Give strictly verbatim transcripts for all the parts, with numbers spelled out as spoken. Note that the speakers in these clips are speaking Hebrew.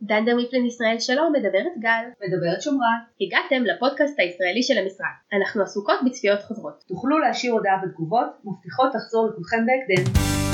דנדר מיפלן ישראל שלום, מדברת גל. מדברת שומרת. הגעתם לפודקאסט הישראלי של המשרד. אנחנו עסוקות בצפיות חוזרות. תוכלו להשאיר הודעה בתגובות, מבטיחות לחזור לכולכם בהקדם.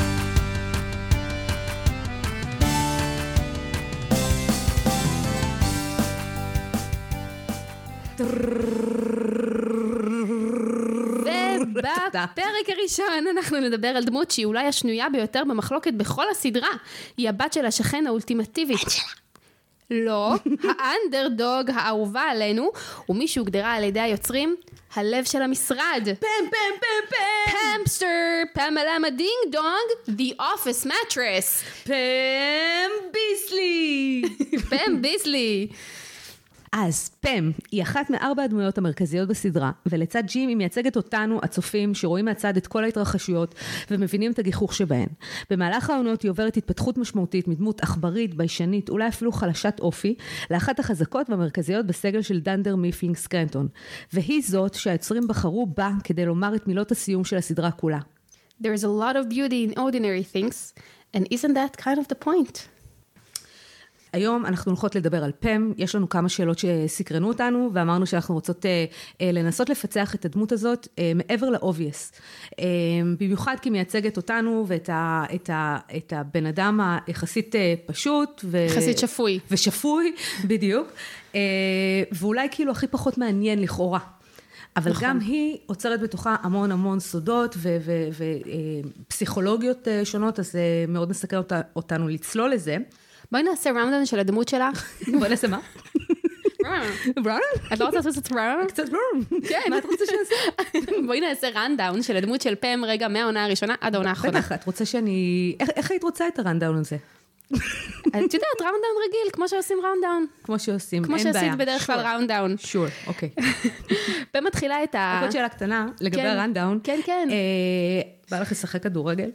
ובפרק הראשון אנחנו נדבר על דמות שהיא אולי השנויה ביותר במחלוקת בכל הסדרה. היא הבת של השכן האולטימטיבית. לא, האנדרדוג האהובה עלינו, ומי שהוגדרה על ידי היוצרים, הלב של המשרד. פם פם פם פם. פמפסטר, פמלה מדינג דונג, The Office Mattress. פם ביסלי. פם ביסלי. אז פם היא אחת מארבע הדמויות המרכזיות בסדרה, ולצד ג'ים היא מייצגת אותנו, הצופים, שרואים מהצד את כל ההתרחשויות, ומבינים את הגיחוך שבהן. במהלך העונות היא עוברת התפתחות משמעותית, מדמות אכברית, ביישנית, אולי אפילו חלשת אופי, לאחת החזקות והמרכזיות בסגל של דנדר מיפלין סקרנטון. והיא זאת שהיוצרים בחרו בה כדי לומר את מילות הסיום של הסדרה כולה. There's a lot of beauty in ordinary things, and isn't that kind of the point? היום אנחנו הולכות לדבר על פם, יש לנו כמה שאלות שסקרנו אותנו, ואמרנו שאנחנו רוצות אה, אה, לנסות לפצח את הדמות הזאת אה, מעבר לאובייס. אה, במיוחד כי מייצגת אותנו ואת ה, את ה, את הבן אדם היחסית אה, פשוט. ו... יחסית שפוי. ושפוי, בדיוק. אה, ואולי כאילו הכי פחות מעניין לכאורה. אבל נכון. גם היא עוצרת בתוכה המון המון סודות ופסיכולוגיות אה, שונות, אז אה, מאוד נסקר אותה, אותנו לצלול לזה. בואי נעשה ראונדאון של הדמות שלך. בואי נעשה מה? ראונדאון? את לא רוצה לעשות את ראונדאון? קצת ראונדאון. כן. מה את רוצה שנעשה? בואי נעשה ראונדאון של הדמות של פם רגע מהעונה הראשונה עד העונה האחרונה. בטח, את רוצה שאני... איך היית רוצה את הראונדאון הזה? את יודעת, ראונדאון רגיל, כמו שעושים ראונדאון. כמו שעושים, כמו שעשית בדרך כלל ראונדאון. שור, אוקיי. פם מתחילה את ה... עוד שאלה קטנה לגבי הראונדאון. כן, כן. בא לך לשחק כדורגל?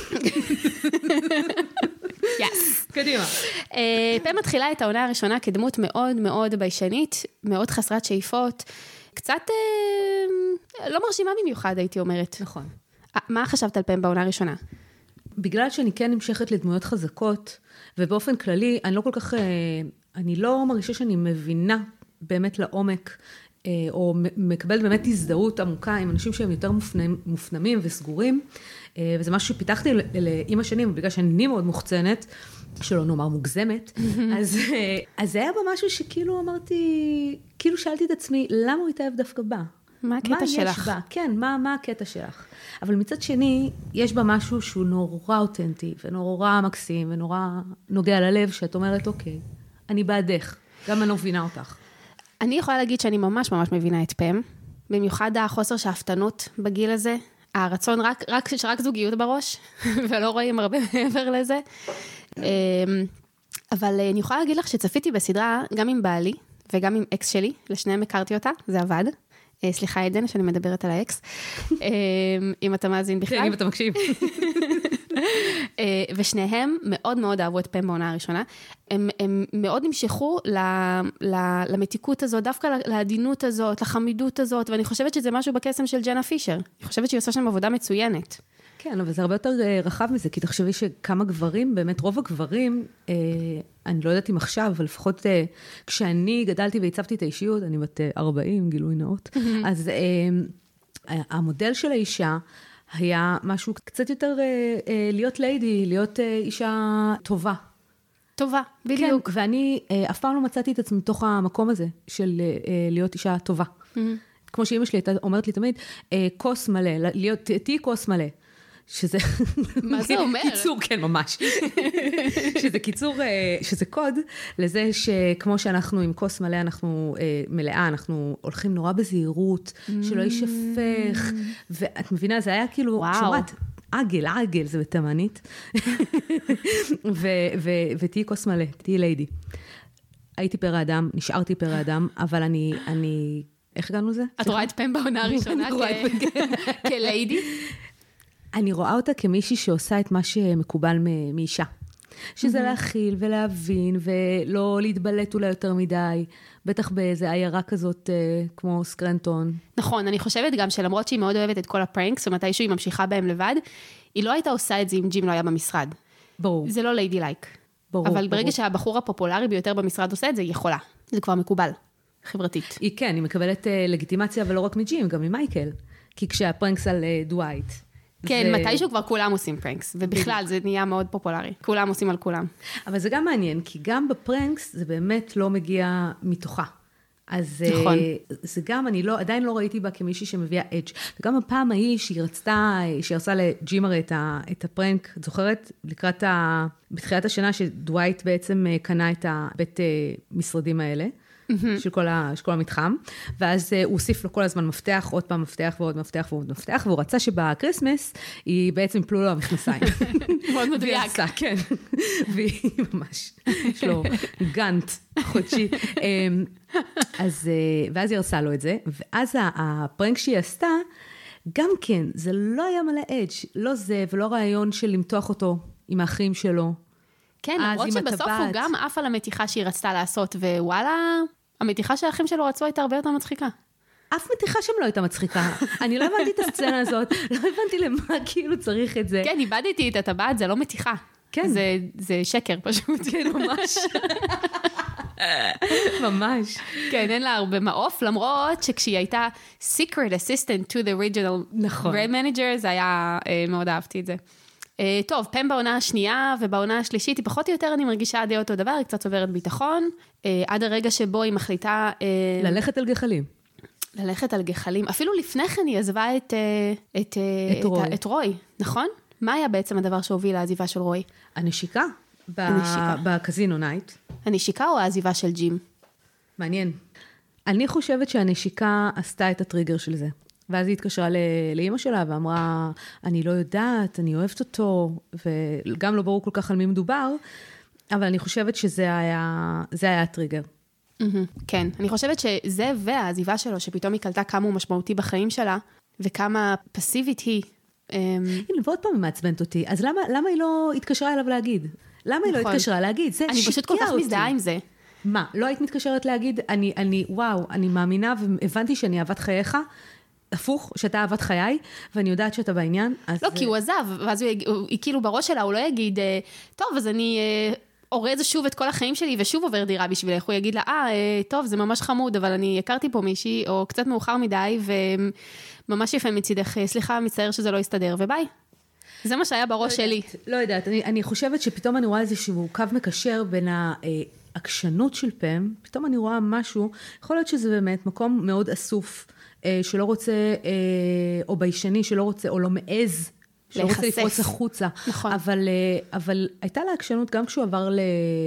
יס. קדימה. פם מתחילה את העונה הראשונה כדמות מאוד מאוד ביישנית, מאוד חסרת שאיפות, קצת לא מרשימה במיוחד, הייתי אומרת. נכון. מה חשבת על פם בעונה הראשונה? בגלל שאני כן נמשכת לדמויות חזקות, ובאופן כללי, אני לא כל כך, אני לא מרגישה שאני מבינה באמת לעומק, או מקבלת באמת הזדהות עמוקה עם אנשים שהם יותר מופנמים, מופנמים וסגורים, וזה משהו שפיתחתי עם השנים, בגלל שאני מאוד מוחצנת, שלא נאמר מוגזמת, אז, אז זה היה במשהו שכאילו אמרתי, כאילו שאלתי את עצמי, למה הוא התאהב דווקא בה? מה הקטע מה שלך? יש בה? כן, מה, מה הקטע שלך? אבל מצד שני, יש בה משהו שהוא נורא אותנטי, ונורא מקסים, ונורא נוגע ללב, שאת אומרת, אוקיי, אני בעדך, גם אני מבינה אותך. אני יכולה להגיד שאני ממש ממש מבינה את פם, במיוחד החוסר שאפתנות בגיל הזה, הרצון רק, רק, רק זוגיות בראש, ולא רואים הרבה מעבר לזה. אבל אני יכולה להגיד לך שצפיתי בסדרה גם עם בעלי, וגם עם אקס שלי, לשניהם הכרתי אותה, זה עבד. סליחה עדן, שאני מדברת על האקס. אם אתה מאזין בכלל. כן, אם אתה מקשיב. ושניהם מאוד מאוד אהבו את פם בעונה הראשונה. הם, הם מאוד נמשכו ל, ל, למתיקות הזאת, דווקא לעדינות הזאת, לחמידות הזאת, ואני חושבת שזה משהו בקסם של ג'נה פישר. אני חושבת שהיא עושה שם עבודה מצוינת. כן, אבל זה הרבה יותר רחב מזה, כי תחשבי שכמה גברים, באמת רוב הגברים, אה, אני לא יודעת אם עכשיו, אבל לפחות אה, כשאני גדלתי והצבתי את האישיות, אני בת ארבעים, גילוי נאות, אז אה, המודל של האישה היה משהו קצת יותר אה, אה, להיות ליידי, להיות אה, אישה טובה. טובה, בדיוק. כן, ואני אה, אף פעם לא מצאתי את עצמי מתוך המקום הזה, של אה, להיות אישה טובה. כמו שאמא שלי אומרת לי תמיד, אה, כוס מלא, להיות, תהי כוס מלא. שזה... מה זה אומר? קיצור, כן, ממש. שזה קיצור, שזה קוד לזה שכמו שאנחנו עם כוס מלא, אנחנו מלאה, אנחנו הולכים נורא בזהירות, שלא יישפך, ואת מבינה, זה היה כאילו, שומעת, עגל, עגל, זה בתימנית, ותהי כוס מלא, תהי ליידי. הייתי פרא אדם, נשארתי פרא אדם, אבל אני, אני, איך הגענו לזה? את רואה את פם בעונה הראשונה כליידי? אני רואה אותה כמישהי שעושה את מה שמקובל מאישה. שזה להכיל ולהבין, ולא להתבלט אולי יותר מדי, בטח באיזה עיירה כזאת כמו סקרנטון. נכון, אני חושבת גם שלמרות שהיא מאוד אוהבת את כל הפרנקס, ומתישהו היא ממשיכה בהם לבד, היא לא הייתה עושה את זה אם ג'ים לא היה במשרד. ברור. זה לא ליידי לייק. ברור, אבל ברור. ברגע שהבחור הפופולרי ביותר במשרד עושה את זה, היא יכולה. זה כבר מקובל, חברתית. היא כן, היא מקבלת אה, לגיטימציה, ולא רק מג'ים, גם ממייקל. כי כשהפרנקס על אה, דווייט. כן, זה... מתישהו כבר כולם עושים פרנקס, ובכלל זה נהיה מאוד פופולרי. כולם עושים על כולם. אבל זה גם מעניין, כי גם בפרנקס זה באמת לא מגיע מתוכה. אז נכון. זה גם, אני לא, עדיין לא ראיתי בה כמישהי שמביאה אדג'. וגם הפעם ההיא שהיא רצתה, שהיא הרצה לג'ים הרי את, ה, את הפרנק, את זוכרת? לקראת ה... בתחילת השנה שדווייט בעצם קנה את הבית משרדים האלה. של כל, ה, של כל המתחם, ואז הוא הוסיף לו כל הזמן מפתח, עוד פעם מפתח ועוד מפתח ועוד מפתח, והוא רצה שבקריסמס היא בעצם יפלו לו המכנסיים. מאוד מדויק. והיא עשה, כן. והיא ממש, יש לו גאנט חודשי. אז, ואז היא הרסה לו את זה, ואז הפרנק שהיא עשתה, גם כן, זה לא היה מלא אדג', לא זה, ולא רעיון של למתוח אותו עם האחים שלו. כן, למרות שבסוף הוא גם אף על המתיחה שהיא רצתה לעשות, ווואלה, המתיחה שהאחים שלו רצו הייתה הרבה יותר מצחיקה. אף מתיחה שם לא הייתה מצחיקה. אני לא הבנתי את הסצנה הזאת, לא הבנתי למה כאילו צריך את זה. כן, איבדתי את הטבעת, זה לא מתיחה. כן. זה, זה שקר פשוט. כן, ממש. ממש. כן, אין לה הרבה מעוף, למרות שכשהיא הייתה secret assistant to the original נכון. brand manager, זה היה, מאוד אהבתי את זה. Uh, טוב, פם בעונה השנייה ובעונה השלישית, היא פחות או יותר אני מרגישה די אותו דבר, היא קצת עוברת ביטחון, uh, עד הרגע שבו היא מחליטה... Uh, ללכת על גחלים. ללכת על גחלים. אפילו לפני כן היא עזבה את, uh, את, uh, את, רוי. את, את רוי, נכון? מה היה בעצם הדבר שהוביל לעזיבה של רוי? הנשיקה. ב- הנשיקה. בקזינו נייט. הנשיקה או העזיבה של ג'ים? מעניין. אני חושבת שהנשיקה עשתה את הטריגר של זה. ואז היא התקשרה לאמא שלה ואמרה, אני לא יודעת, אני אוהבת אותו, וגם לא ברור כל כך על מי מדובר, אבל אני חושבת שזה היה, זה היה הטריגר. כן, אני חושבת שזה והעזיבה שלו, שפתאום היא קלטה כמה הוא משמעותי בחיים שלה, וכמה פסיבית היא. הנה, ועוד פעם מעצבנת אותי, אז למה, למה היא לא התקשרה אליו להגיד? למה היא לא התקשרה להגיד? זה אני פשוט כל כך מזדהה עם זה. מה, לא היית מתקשרת להגיד, אני, אני, וואו, אני מאמינה והבנתי שאני אהבת חייך, הפוך, שאתה אהבת חיי, ואני יודעת שאתה בעניין, אז... לא, כי הוא עזב, ואז היא כאילו בראש שלה, הוא לא יגיד, טוב, אז אני אורז שוב את כל החיים שלי, ושוב עובר דירה בשבילך, הוא יגיד לה, אה, טוב, זה ממש חמוד, אבל אני הכרתי פה מישהי, או קצת מאוחר מדי, וממש יפה מצידך, סליחה, מצטער שזה לא יסתדר, וביי. זה מה שהיה בראש שלי. לא יודעת, אני, אני חושבת שפתאום אני רואה איזשהו קו מקשר בין העקשנות של פם, פתאום אני רואה משהו, יכול להיות שזה באמת מקום מאוד אסוף, שלא רוצה, או ביישני, שלא רוצה, או לא מעז, שלא רוצה לפרוץ החוצה. נכון. אבל, אבל הייתה לה עקשנות גם כשהוא עבר ל,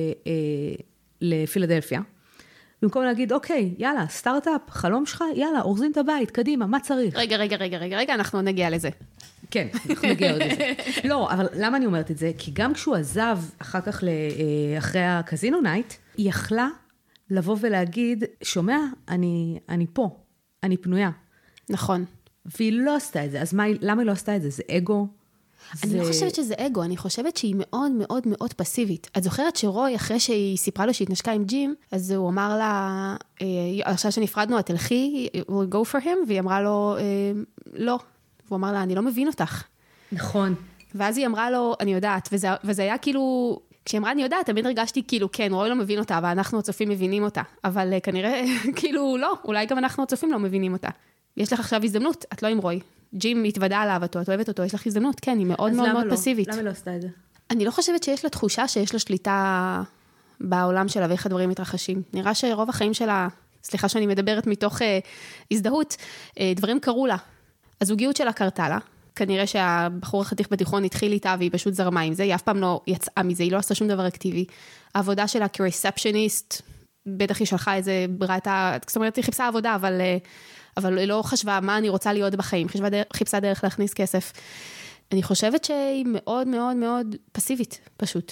לפילדלפיה. במקום להגיד, אוקיי, יאללה, סטארט-אפ, חלום שלך, יאללה, אורזים את הבית, קדימה, מה צריך? רגע, רגע, רגע, רגע, רגע, אנחנו נגיע לזה. כן, אנחנו נגיע עוד לזה. לא, אבל למה אני אומרת את זה? כי גם כשהוא עזב אחר כך, אחרי הקזינו נייט, היא יכלה לבוא ולהגיד, שומע, אני, אני פה. אני פנויה. נכון. והיא לא עשתה את זה. אז מה, למה היא לא עשתה את זה? זה אגו? אני זה... לא חושבת שזה אגו, אני חושבת שהיא מאוד מאוד מאוד פסיבית. את זוכרת שרוי, אחרי שהיא סיפרה לו שהיא התנשקה עם ג'ים, אז הוא אמר לה, עכשיו שנפרדנו, את תלכי, we'll go for him, והיא אמרה לו, לא. והוא אמר לה, אני לא מבין אותך. נכון. ואז היא אמרה לו, אני יודעת, וזה, וזה היה כאילו... כשהיא אמרה, אני יודעת, תמיד הרגשתי כאילו, כן, רוי לא מבין אותה, ואנחנו הצופים מבינים אותה. אבל כנראה, כאילו, לא, אולי גם אנחנו הצופים לא מבינים אותה. יש לך עכשיו הזדמנות, את לא עם רוי. ג'ים מתוודע על אהבתו, את אוהבת אותו, יש לך הזדמנות, כן, היא מאוד מאוד מאוד פסיבית. למה לא עשתה את זה? אני לא חושבת שיש לה תחושה שיש לה שליטה בעולם שלה, ואיך הדברים מתרחשים. נראה שרוב החיים שלה, סליחה שאני מדברת מתוך אה, הזדהות, אה, דברים קרו לה. הזוגיות שלה קרתה לה. כנראה שהבחור החתיך בתיכון התחיל איתה, והיא פשוט זרמה עם זה, היא אף פעם לא יצאה מזה, היא לא עשתה שום דבר אקטיבי. העבודה שלה כריספשניסט, בטח היא שלחה איזה, ראתה, זאת אומרת, היא חיפשה עבודה, אבל, אבל היא לא חשבה מה אני רוצה להיות בחיים, חיפשה דרך, חיפשה דרך להכניס כסף. אני חושבת שהיא מאוד מאוד מאוד פסיבית, פשוט.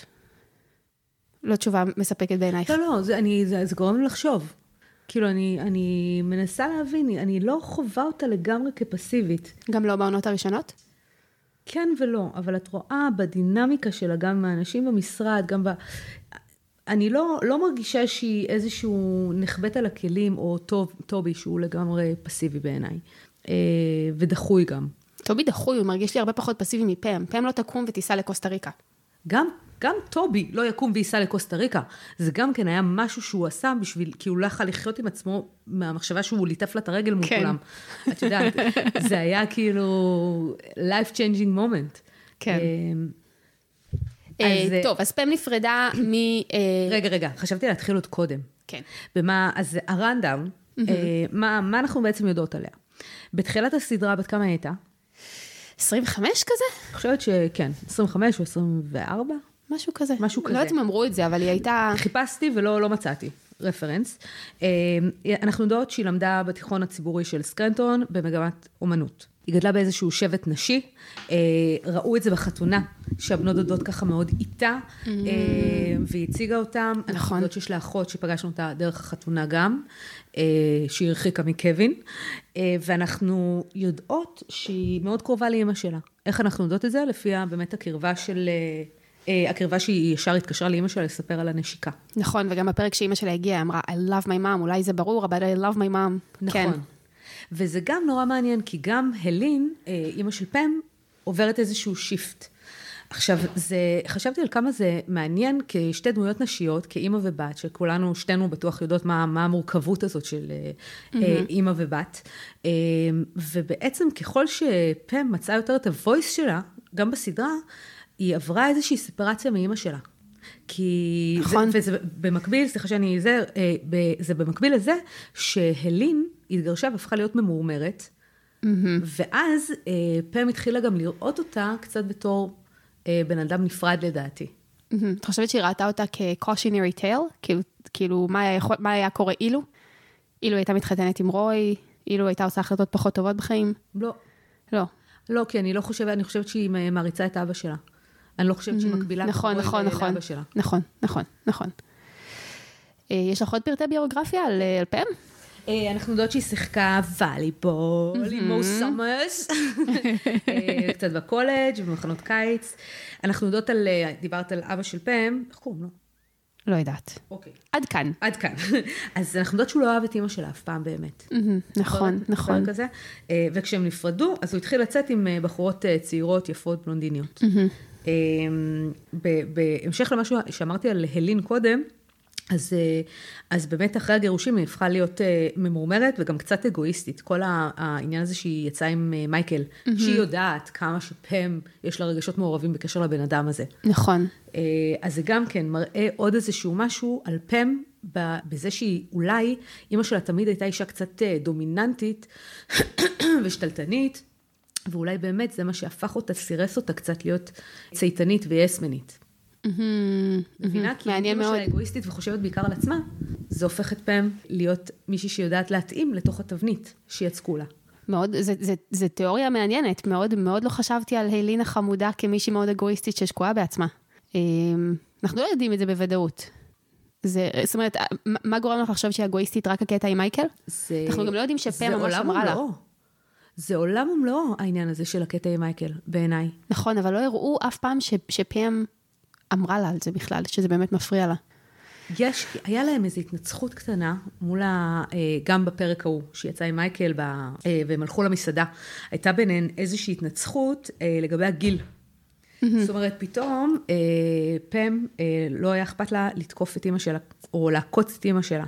לא תשובה מספקת בעינייך. לא, לא, זה, אני, זה, זה גורם לי לחשוב. כאילו, אני, אני מנסה להבין, אני לא חובה אותה לגמרי כפסיבית. גם לא בעונות הראשונות? כן ולא, אבל את רואה בדינמיקה שלה, גם מהאנשים במשרד, גם ב... אני לא, לא מרגישה שהיא איזשהו נחבט על הכלים, או טוב, טובי, שהוא לגמרי פסיבי בעיניי. ודחוי גם. טובי דחוי, הוא מרגיש לי הרבה פחות פסיבי מפם. פם לא תקום ותיסע לקוסטה ריקה. גם, גם טובי לא יקום וייסע לקוסטה ריקה. זה גם כן היה משהו שהוא עשה בשביל, כי הוא לא יכול לחיות עם עצמו מהמחשבה שהוא ליטף לה את הרגל מול כולם. את יודעת, זה היה כאילו life changing moment. כן. אז, טוב, אז פם נפרדה מ... רגע, רגע, חשבתי להתחיל עוד קודם. כן. במה, אז הרנדאם, מה, מה אנחנו בעצם יודעות עליה? בתחילת הסדרה, בת כמה הייתה? עשרים וחמש כזה? אני חושבת שכן, עשרים וחמש או עשרים וארבע? משהו כזה. משהו כזה. לא יודעת אם אמרו את זה, אבל היא הייתה... חיפשתי ולא לא מצאתי רפרנס. אנחנו יודעות שהיא למדה בתיכון הציבורי של סקרנטון במגמת אומנות. היא גדלה באיזשהו שבט נשי, ראו את זה בחתונה, שהבנות דודות ככה מאוד איתה, והיא הציגה אותם. אנחנו יודעות שיש לה אחות שפגשנו אותה דרך החתונה גם, שהיא הרחיקה מקווין, ואנחנו יודעות שהיא מאוד קרובה לאמא שלה. איך אנחנו יודעות את זה? לפי באמת הקרבה של... הקרבה שהיא ישר התקשרה לאמא שלה לספר על הנשיקה. נכון, וגם בפרק שאמא שלה הגיעה, אמרה, I love my mom, אולי זה ברור, אבל I love my mom. נכון. כן. וזה גם נורא מעניין, כי גם הלין, אמא של פם, עוברת איזשהו שיפט. עכשיו, זה, חשבתי על כמה זה מעניין כשתי דמויות נשיות, כאמא ובת, שכולנו, שתינו בטוח יודעות מה, מה המורכבות הזאת של mm-hmm. אמא ובת. ובעצם ככל שפם מצאה יותר את הוויס שלה, גם בסדרה, היא עברה איזושהי ספרציה מאמא שלה. כי, נכון. זה, וזה במקביל, סליחה שאני, זה, זה במקביל לזה, שהלין התגרשה והפכה להיות ממורמרת, mm-hmm. ואז פם התחילה גם לראות אותה קצת בתור בן אדם נפרד לדעתי. Mm-hmm. את חושבת שהיא ראתה אותה כ-cautionary tale? כאילו, כאילו מה, היה, מה היה קורה אילו? אילו הייתה מתחתנת עם רוי? אילו הייתה עושה החלטות פחות טובות בחיים? לא. לא. לא, כי אני לא חושבת, אני חושבת שהיא מעריצה את אבא שלה. אני לא חושבת שהיא מקבילה נכון, נכון, נכון, לאבא שלה. נכון, נכון, נכון. יש לך עוד פרטי ביוגרפיה על פם? אנחנו יודעות שהיא שיחקה וואליבול עם מו סומרס, קצת בקולג' ובמחנות קיץ. אנחנו יודעות על, דיברת על אבא של פם, איך קוראים לו? לא יודעת. אוקיי. עד כאן. עד כאן. אז אנחנו יודעות שהוא לא אוהב את אמא שלה אף פעם באמת. נכון, נכון. וכשהם נפרדו, אז הוא התחיל לצאת עם בחורות צעירות, יפות, בלונדיניות. בהמשך למשהו שאמרתי על הלין קודם, אז, אז באמת אחרי הגירושים היא הפכה להיות ממורמרת וגם קצת אגואיסטית. כל העניין הזה שהיא יצאה עם מייקל, mm-hmm. שהיא יודעת כמה שפם יש לה רגשות מעורבים בקשר לבן אדם הזה. נכון. אז זה גם כן מראה עוד איזשהו משהו על פם, בזה שהיא אולי, אמא שלה תמיד הייתה אישה קצת דומיננטית ושתלטנית, ואולי באמת זה מה שהפך אותה, סירס אותה קצת להיות צייתנית ויסמנית. מבינה? כי אמא שלה אגואיסטית וחושבת בעיקר על עצמה, זה הופך את פם להיות מישהי שיודעת להתאים לתוך התבנית שיצקו לה. מאוד, זה, זה, זה תיאוריה מעניינת, מאוד, מאוד לא חשבתי על הלין החמודה כמישהי מאוד אגואיסטית ששקועה בעצמה. אנחנו לא יודעים את זה בוודאות. זה, זאת אומרת, מה גורם לך לחשוב שהיא אגואיסטית רק הקטע עם מייקל? זה, אנחנו גם לא יודעים שפם ממש אמרה לה. זה עולם ומלואו העניין הזה של הקטע עם מייקל, בעיניי. נכון, אבל לא הראו אף פעם ש, שפם אמרה לה על זה בכלל, שזה באמת מפריע לה. יש, היה להם איזו התנצחות קטנה, מול ה, גם בפרק ההוא, שיצא עם מייקל, והם הלכו למסעדה, הייתה ביניהן איזושהי התנצחות לגבי הגיל. זאת אומרת, פתאום פם לא היה אכפת לה לתקוף את אמא שלה, או לעקוץ את אמא שלה.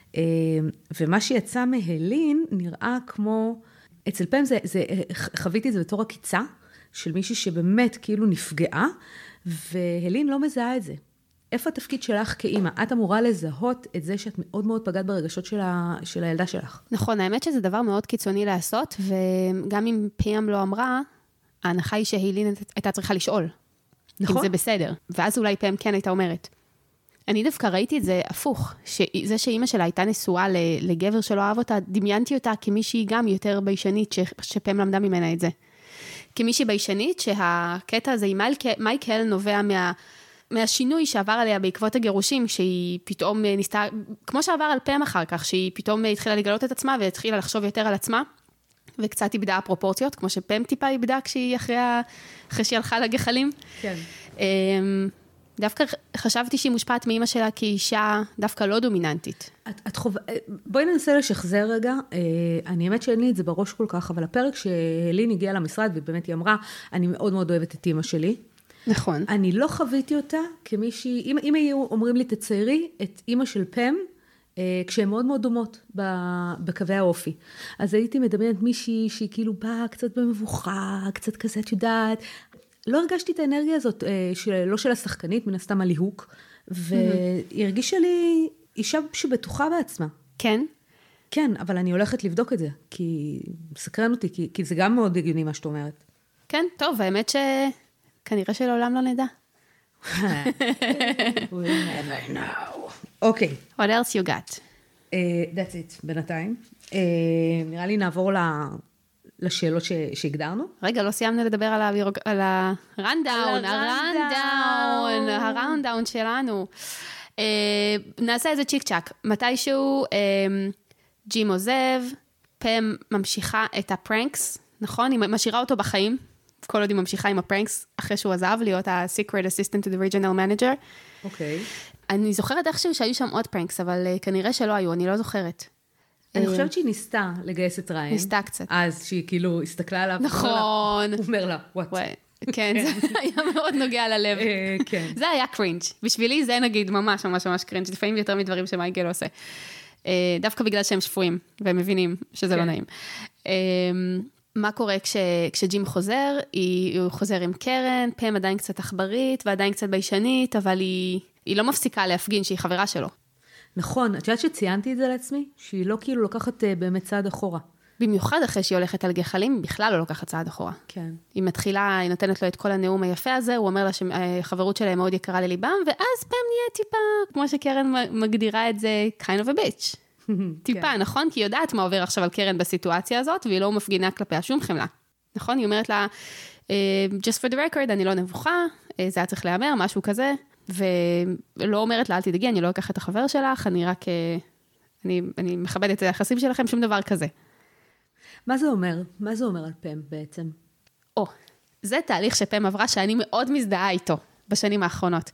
ומה שיצא מהלין נראה כמו, אצל פם זה, זה, חוויתי את זה בתור הקיצה, של מישהי שבאמת כאילו נפגעה, והלין לא מזהה את זה. איפה התפקיד שלך כאימא? את אמורה לזהות את זה שאת מאוד מאוד פגעת ברגשות של, ה, של הילדה שלך. נכון, האמת שזה דבר מאוד קיצוני לעשות, וגם אם פם לא אמרה, ההנחה היא שהלין הייתה צריכה לשאול. נכון. אם זה בסדר. ואז אולי פם כן הייתה אומרת. אני דווקא ראיתי את זה הפוך, שזה שאימא שלה הייתה נשואה לגבר שלא אהב אותה, דמיינתי אותה כמישהי גם יותר ביישנית, ש, שפם למדה ממנה את זה. כמישהי ביישנית, שהקטע הזה עם מייקל נובע מה, מהשינוי שעבר עליה בעקבות הגירושים, שהיא פתאום ניסתה, כמו שעבר על פם אחר כך, שהיא פתאום התחילה לגלות את עצמה, והתחילה לחשוב יותר על עצמה, וקצת איבדה הפרופורציות, כמו שפם טיפה איבדה כשהיא אחרי, אחרי שהיא הלכה לגחלים. כן. דווקא חשבתי שהיא מושפעת מאמא שלה כאישה דווקא לא דומיננטית. את, את חוב... בואי ננסה לשחזר רגע, אני האמת שאין לי את זה בראש כל כך, אבל הפרק שהלין הגיעה למשרד, ובאמת היא אמרה, אני מאוד מאוד אוהבת את אמא שלי, mm-hmm. נכון. אני לא חוויתי אותה כמישהי, אם, אם היו אומרים לי תציירי את אימא של פם, אה, כשהן מאוד מאוד דומות בקווי האופי. אז הייתי מדמיינת מישהי שהיא כאילו באה קצת במבוכה, קצת כזה, את יודעת, לא הרגשתי את האנרגיה הזאת, אה, של, לא של השחקנית, מן הסתם הליהוק, והיא הרגישה לי אישה שבטוחה בעצמה. כן? כן, אבל אני הולכת לבדוק את זה, כי סקרן אותי, כי, כי זה גם מאוד הגיוני מה שאת אומרת. כן, טוב, האמת שכנראה שלעולם לא נדע. We'll never know. אוקיי. What else you got? Uh, that's it, בינתיים. Uh, נראה לי נעבור ל... לשאלות ש... שהגדרנו. רגע, לא סיימנו לדבר על הבירוג... על הרנדאון, הרנדאון, הרנדאון שלנו. Uh, נעשה איזה צ'יק צ'ק. מתישהו uh, ג'ים עוזב, פם ממשיכה את הפרנקס, נכון? היא משאירה אותו בחיים, כל עוד היא ממשיכה עם הפרנקס, אחרי שהוא עזב להיות ה-Secret Assistant to the Regional Manager. אוקיי. אני זוכרת איכשהו שהיו שם עוד פרנקס, אבל uh, כנראה שלא היו, אני לא זוכרת. אני חושבת שהיא ניסתה לגייס את ריין. ניסתה קצת. אז שהיא כאילו הסתכלה עליו. נכון. הוא אומר לה, what? כן, זה היה מאוד נוגע ללב. כן. זה היה קרינג'. בשבילי זה נגיד ממש ממש ממש קרינג'. לפעמים יותר מדברים שמייקל עושה. דווקא בגלל שהם שפויים, והם מבינים שזה לא נעים. מה קורה כשג'ים חוזר? הוא חוזר עם קרן, פם עדיין קצת אכברית, ועדיין קצת ביישנית, אבל היא לא מפסיקה להפגין שהיא חברה שלו. נכון, את יודעת שציינתי את זה לעצמי? שהיא לא כאילו לוקחת באמת צעד אחורה. במיוחד אחרי שהיא הולכת על גחלים, היא בכלל לא לוקחת צעד אחורה. כן. היא מתחילה, היא נותנת לו את כל הנאום היפה הזה, הוא אומר לה שהחברות שלהם מאוד יקרה לליבם, ואז פם נהיה טיפה, כמו שקרן מגדירה את זה, kind of a bitch. טיפה, נכון? כי היא יודעת מה עובר עכשיו על קרן בסיטואציה הזאת, והיא לא מפגינה כלפיה שום חמלה. נכון? היא אומרת לה, just for the record, אני לא נבוכה, זה היה צריך להיאמר, משהו כזה, ולא אומרת לה, אל תדאגי, אני לא אקח את החבר שלך, אני רק, אני, אני מכבדת את היחסים שלכם, שום דבר כזה. מה זה אומר? מה זה אומר על פם בעצם? או, זה תהליך שפם עברה שאני מאוד מזדהה איתו בשנים האחרונות.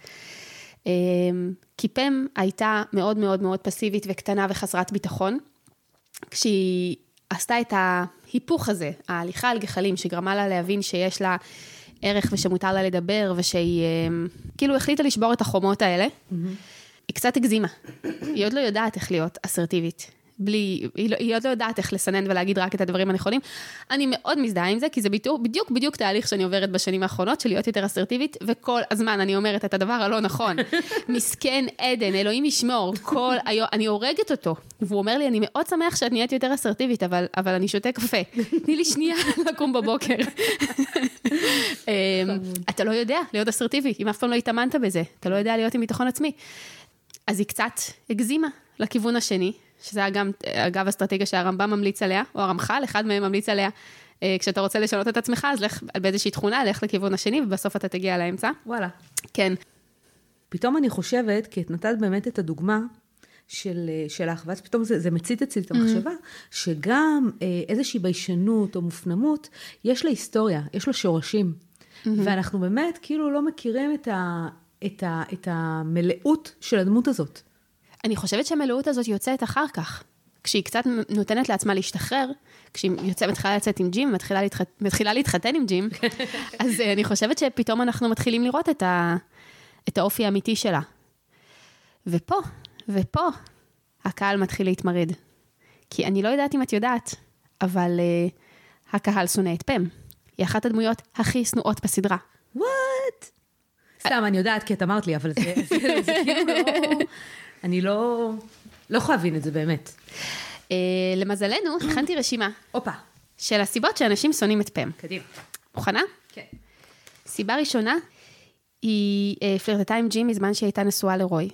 כי פם הייתה מאוד מאוד מאוד פסיבית וקטנה וחסרת ביטחון, כשהיא עשתה את ההיפוך הזה, ההליכה על גחלים, שגרמה לה להבין שיש לה ערך ושמותר לה לדבר, ושהיא כאילו החליטה לשבור את החומות האלה, mm-hmm. היא קצת הגזימה. היא עוד לא יודעת איך להיות אסרטיבית. בלי, היא, לא, היא עוד לא יודעת איך לסנן ולהגיד רק את הדברים הנכונים. אני מאוד מזדהה עם זה, כי זה בדיוק, בדיוק, בדיוק תהליך שאני עוברת בשנים האחרונות, של להיות יותר אסרטיבית, וכל הזמן אני אומרת את הדבר הלא נכון. מסכן עדן, אלוהים ישמור, כל היום, אני הורגת אותו, והוא אומר לי, אני מאוד שמח שאת נהיית יותר אסרטיבית, אבל, אבל אני שותה קפה. תני לי שנייה לקום בבוקר. אתה לא יודע להיות אסרטיבי, אם אף פעם לא התאמנת בזה, אתה לא יודע להיות עם ביטחון עצמי. אז היא קצת הגזימה לכיוון השני, שזה היה גם, אגב, אסטרטגיה שהרמב"ם ממליץ עליה, או הרמח"ל, אחד מהם ממליץ עליה, כשאתה רוצה לשנות את עצמך, אז לך באיזושהי תכונה, לך לכיוון השני, ובסוף אתה תגיע לאמצע. וואלה. כן. פתאום אני חושבת, כי את נתת באמת את הדוגמה של, שלך, ואז פתאום זה, זה מצית אצלי את המחשבה, שגם איזושהי ביישנות או מופנמות, יש לה היסטוריה, יש לה שורשים. ואנחנו באמת כאילו לא מכירים את ה, את ה, את המלאות של הדמות הזאת. אני חושבת שהמלאות הזאת יוצאת אחר כך. כשהיא קצת נותנת לעצמה להשתחרר, כשהיא יוצאת, מתחילה לצאת עם ג'ים, מתחילה, להתחת, מתחילה להתחתן עם ג'ים, אז אני חושבת שפתאום אנחנו מתחילים לראות את, ה, את האופי האמיתי שלה. ופה, ופה, הקהל מתחיל להתמרד. כי אני לא יודעת אם את יודעת, אבל uh, הקהל שונא את פם. היא אחת הדמויות הכי שנואות בסדרה. What? סתם, אני יודעת, כי את אמרת לי, אבל זה, זה, זה, זה כאילו לא... אני לא, לא יכולה להבין את זה באמת. למזלנו, הכנתי רשימה. אופה. של הסיבות שאנשים שונאים את פם. קדימה. מוכנה? כן. סיבה ראשונה, היא פלירטטה עם ג'ים מזמן שהיא הייתה נשואה לרוי.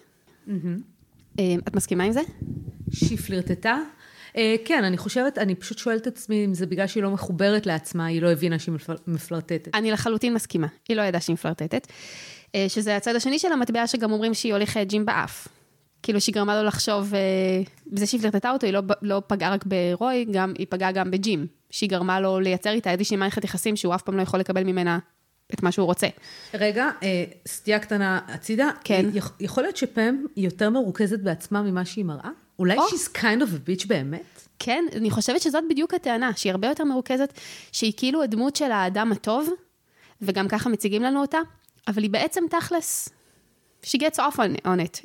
את מסכימה עם זה? שהיא פלירטטה? כן, אני חושבת, אני פשוט שואלת את עצמי אם זה בגלל שהיא לא מחוברת לעצמה, היא לא הבינה שהיא מפלרטטת. אני לחלוטין מסכימה. היא לא ידעה שהיא מפלרטטת. שזה הצד השני של המטבע שגם אומרים שהיא הולכת ג'ים באף. כאילו שהיא גרמה לו לחשוב, בזה שהיא פלרטטה אותו, היא לא, לא פגעה רק ברוי, גם, היא פגעה גם בג'ים, שהיא גרמה לו לייצר איתה איזושהי מערכת יחסים, שהוא אף פעם לא יכול לקבל ממנה את מה שהוא רוצה. רגע, סטייה קטנה הצידה, כן. יכול להיות שפם היא יותר מרוכזת בעצמה ממה שהיא מראה? אולי או. she's kind of a bitch באמת? כן, אני חושבת שזאת בדיוק הטענה, שהיא הרבה יותר מרוכזת, שהיא כאילו הדמות של האדם הטוב, וגם ככה מציגים לנו אותה, אבל היא בעצם תכלס, she gets off on, on it.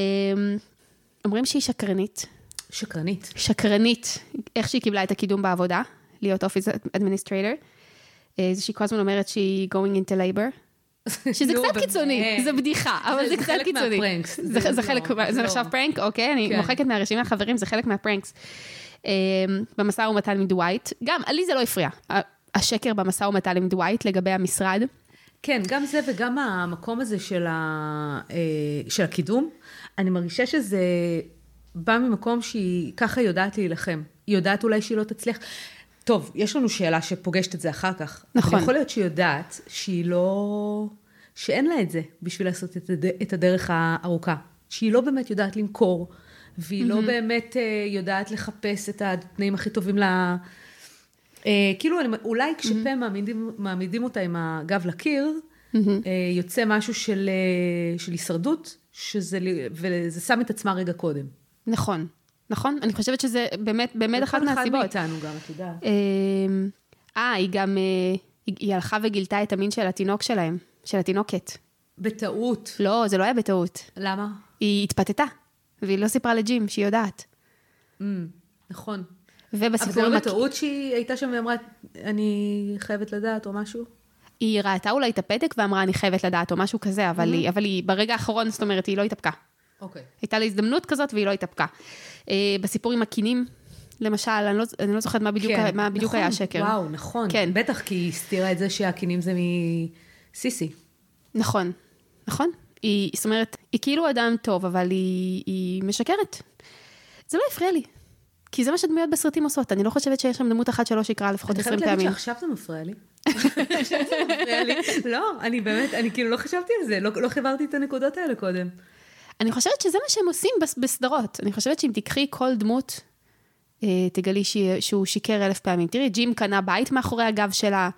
אומרים שהיא שקרנית. שקרנית. שקרנית, איך שהיא קיבלה את הקידום בעבודה, להיות אופיס אדמיניסטרייטר. זה שהיא כל הזמן אומרת שהיא going into labor. שזה קצת קיצוני, זה בדיחה, אבל זה קצת קיצוני. זה חלק מהפרנקס. זה נחשב פרנק, אוקיי? אני מוחקת מהרשימה החברים, זה חלק מהפרנקס. במשא ומתן עם דווייט, גם, לי זה לא הפריע. השקר במשא ומתן עם דווייט לגבי המשרד. כן, גם זה וגם המקום הזה של, ה, של הקידום, אני מרגישה שזה בא ממקום שהיא ככה יודעת להילחם. היא יודעת אולי שהיא לא תצליח. טוב, יש לנו שאלה שפוגשת את זה אחר כך. נכון. יכול להיות שהיא יודעת שהיא לא, שאין לה את זה בשביל לעשות את, הד... את הדרך הארוכה. שהיא לא באמת יודעת למכור, והיא mm-hmm. לא באמת יודעת לחפש את התנאים הכי טובים לה... כאילו, אולי כשפה מעמידים, מעמידים אותה עם הגב לקיר, יוצא משהו של, של הישרדות, שזה, וזה שם את עצמה רגע קודם. נכון, נכון. אני חושבת שזה באמת, באמת אחת מהסיבות. כל אחד מאיתנו גם, את יודעת. אה, היא גם, היא הלכה וגילתה את המין של התינוק שלהם, של התינוקת. בטעות. לא, זה לא היה בטעות. למה? היא התפתתה, והיא לא סיפרה לג'ים שהיא יודעת. נכון. אבל זה לא בטעות שהיא הייתה שם ואמרה, אני חייבת לדעת או משהו? היא ראתה אולי את הפתק ואמרה, אני חייבת לדעת או משהו כזה, אבל, mm-hmm. היא, אבל היא ברגע האחרון, זאת אומרת, היא לא התאפקה. אוקיי. Okay. הייתה לה הזדמנות כזאת והיא לא התאפקה. Uh, בסיפור עם הקינים, למשל, אני לא, אני לא זוכרת מה בדיוק, כן, מה בדיוק נכון, היה השקר. וואו, נכון. כן. בטח, כי היא הסתירה את זה שהקינים זה מסיסי. נכון, נכון. היא, זאת אומרת, היא כאילו אדם טוב, אבל היא, היא משקרת. זה לא הפריע לי. כי זה מה שדמויות בסרטים עושות. אני לא חושבת שיש שם דמות אחת שלא שקרה לפחות עשרים פעמים. אני חייבת להגיד שעכשיו זה מפריע לי. עכשיו זה מפריע לי. לא, אני באמת, אני כאילו לא חשבתי על זה, לא, לא חיברתי את הנקודות האלה קודם. אני חושבת שזה מה שהם עושים בסדרות. אני חושבת שאם תקחי כל דמות, תגלי שהוא שיקר אלף פעמים. תראי, ג'ים קנה בית מאחורי הגב שלה.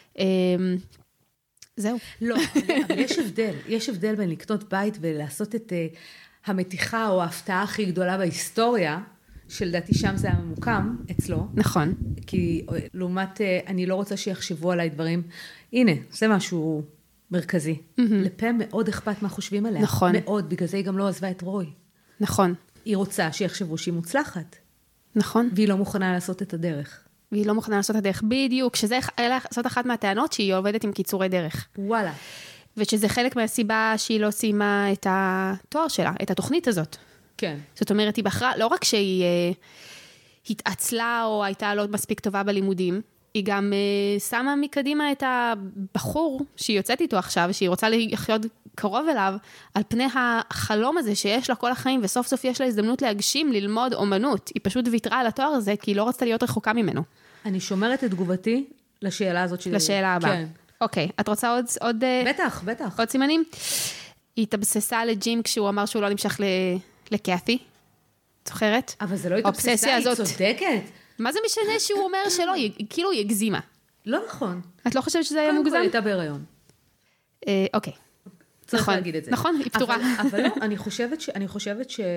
זהו. לא, אבל יש הבדל. יש הבדל בין לקנות בית ולעשות את המתיחה או ההפתעה הכי גדולה בהיסטוריה, שלדעתי שם זה היה ממוקם אצלו. נכון. כי לעומת, אני לא רוצה שיחשבו עליי דברים. הנה, זה משהו מרכזי. Mm-hmm. לפה מאוד אכפת מה חושבים עליה. נכון. מאוד, בגלל זה היא גם לא עזבה את רוי. נכון. היא רוצה שיחשבו שהיא מוצלחת. נכון. והיא לא מוכנה לעשות את הדרך. והיא לא מוכנה לעשות את הדרך. בדיוק, שזה לעשות אחת מהטענות שהיא עובדת עם קיצורי דרך. וואלה. ושזה חלק מהסיבה שהיא לא סיימה את התואר שלה, את התוכנית הזאת. כן. זאת אומרת, היא בחרה, לא רק שהיא אה, התעצלה או הייתה לא מספיק טובה בלימודים, היא גם אה, שמה מקדימה את הבחור שהיא יוצאת איתו עכשיו, שהיא רוצה לחיות קרוב אליו, על פני החלום הזה שיש לה כל החיים, וסוף סוף יש לה הזדמנות להגשים, ללמוד אומנות. היא פשוט ויתרה על התואר הזה, כי היא לא רצתה להיות רחוקה ממנו. אני שומרת את תגובתי לשאלה הזאת שלי. לשאלה הבאה. כן. אוקיי, את רוצה עוד... עוד בטח, בטח. עוד סימנים? היא התבססה לג'ים כשהוא אמר שהוא לא נמשך ל... לקאתי, זוכרת? אבל זה לא התבססה, היא צודקת. מה זה משנה שהוא אומר שלא, כאילו היא הגזימה. לא נכון. את לא חושבת שזה היה מוגזם? קודם כל הייתה בהיריון. אוקיי. צריך להגיד את זה. נכון, היא פתורה. אבל לא, אני חושבת ש... אני חושבת ש...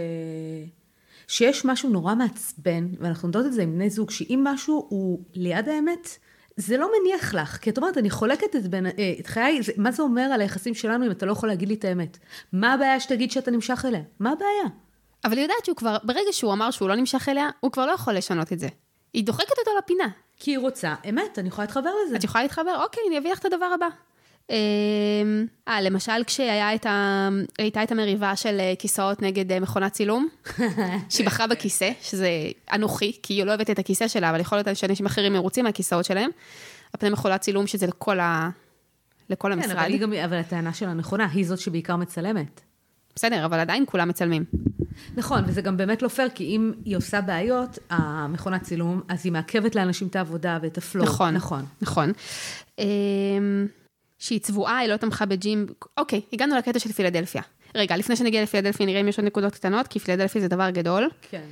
שיש משהו נורא מעצבן, ואנחנו נדעות את זה עם בני זוג, שאם משהו הוא ליד האמת, זה לא מניח לך, כי את אומרת, אני חולקת את, בין, את חיי, מה זה אומר על היחסים שלנו אם אתה לא יכול להגיד לי את האמת? מה הבעיה שתגיד שאתה נמשך אליה? מה הבעיה? אבל היא יודעת שהוא כבר, ברגע שהוא אמר שהוא לא נמשך אליה, הוא כבר לא יכול לשנות את זה. היא דוחקת אותו לפינה. כי היא רוצה, אמת, אני יכולה להתחבר לזה. את יכולה להתחבר? אוקיי, אני אביא לך את הדבר הבא. אה, למשל, כשהייתה את, ה... את המריבה של כיסאות נגד מכונת צילום, שהיא בחרה בכיסא, שזה אנוכי, כי היא לא אוהבת את הכיסא שלה, אבל יכול להיות שאנשים אחרים מרוצים מהכיסאות שלהם, הפני מכונת צילום שזה לכל, ה... לכל המשרד. כן, אבל, גם... אבל הטענה שלה נכונה, היא זאת שבעיקר מצלמת. בסדר, אבל עדיין כולם מצלמים. נכון, וזה גם באמת לא פייר, כי אם היא עושה בעיות, המכונת צילום, אז היא מעכבת לאנשים את העבודה ואת הפלואו. נכון, נכון. נכון. שהיא צבועה, היא לא תמכה בג'ים. אוקיי, הגענו לקטע של פילדלפיה. רגע, לפני שנגיע לפילדלפיה, נראה אם יש עוד נקודות קטנות, כי פילדלפיה זה דבר גדול. כן.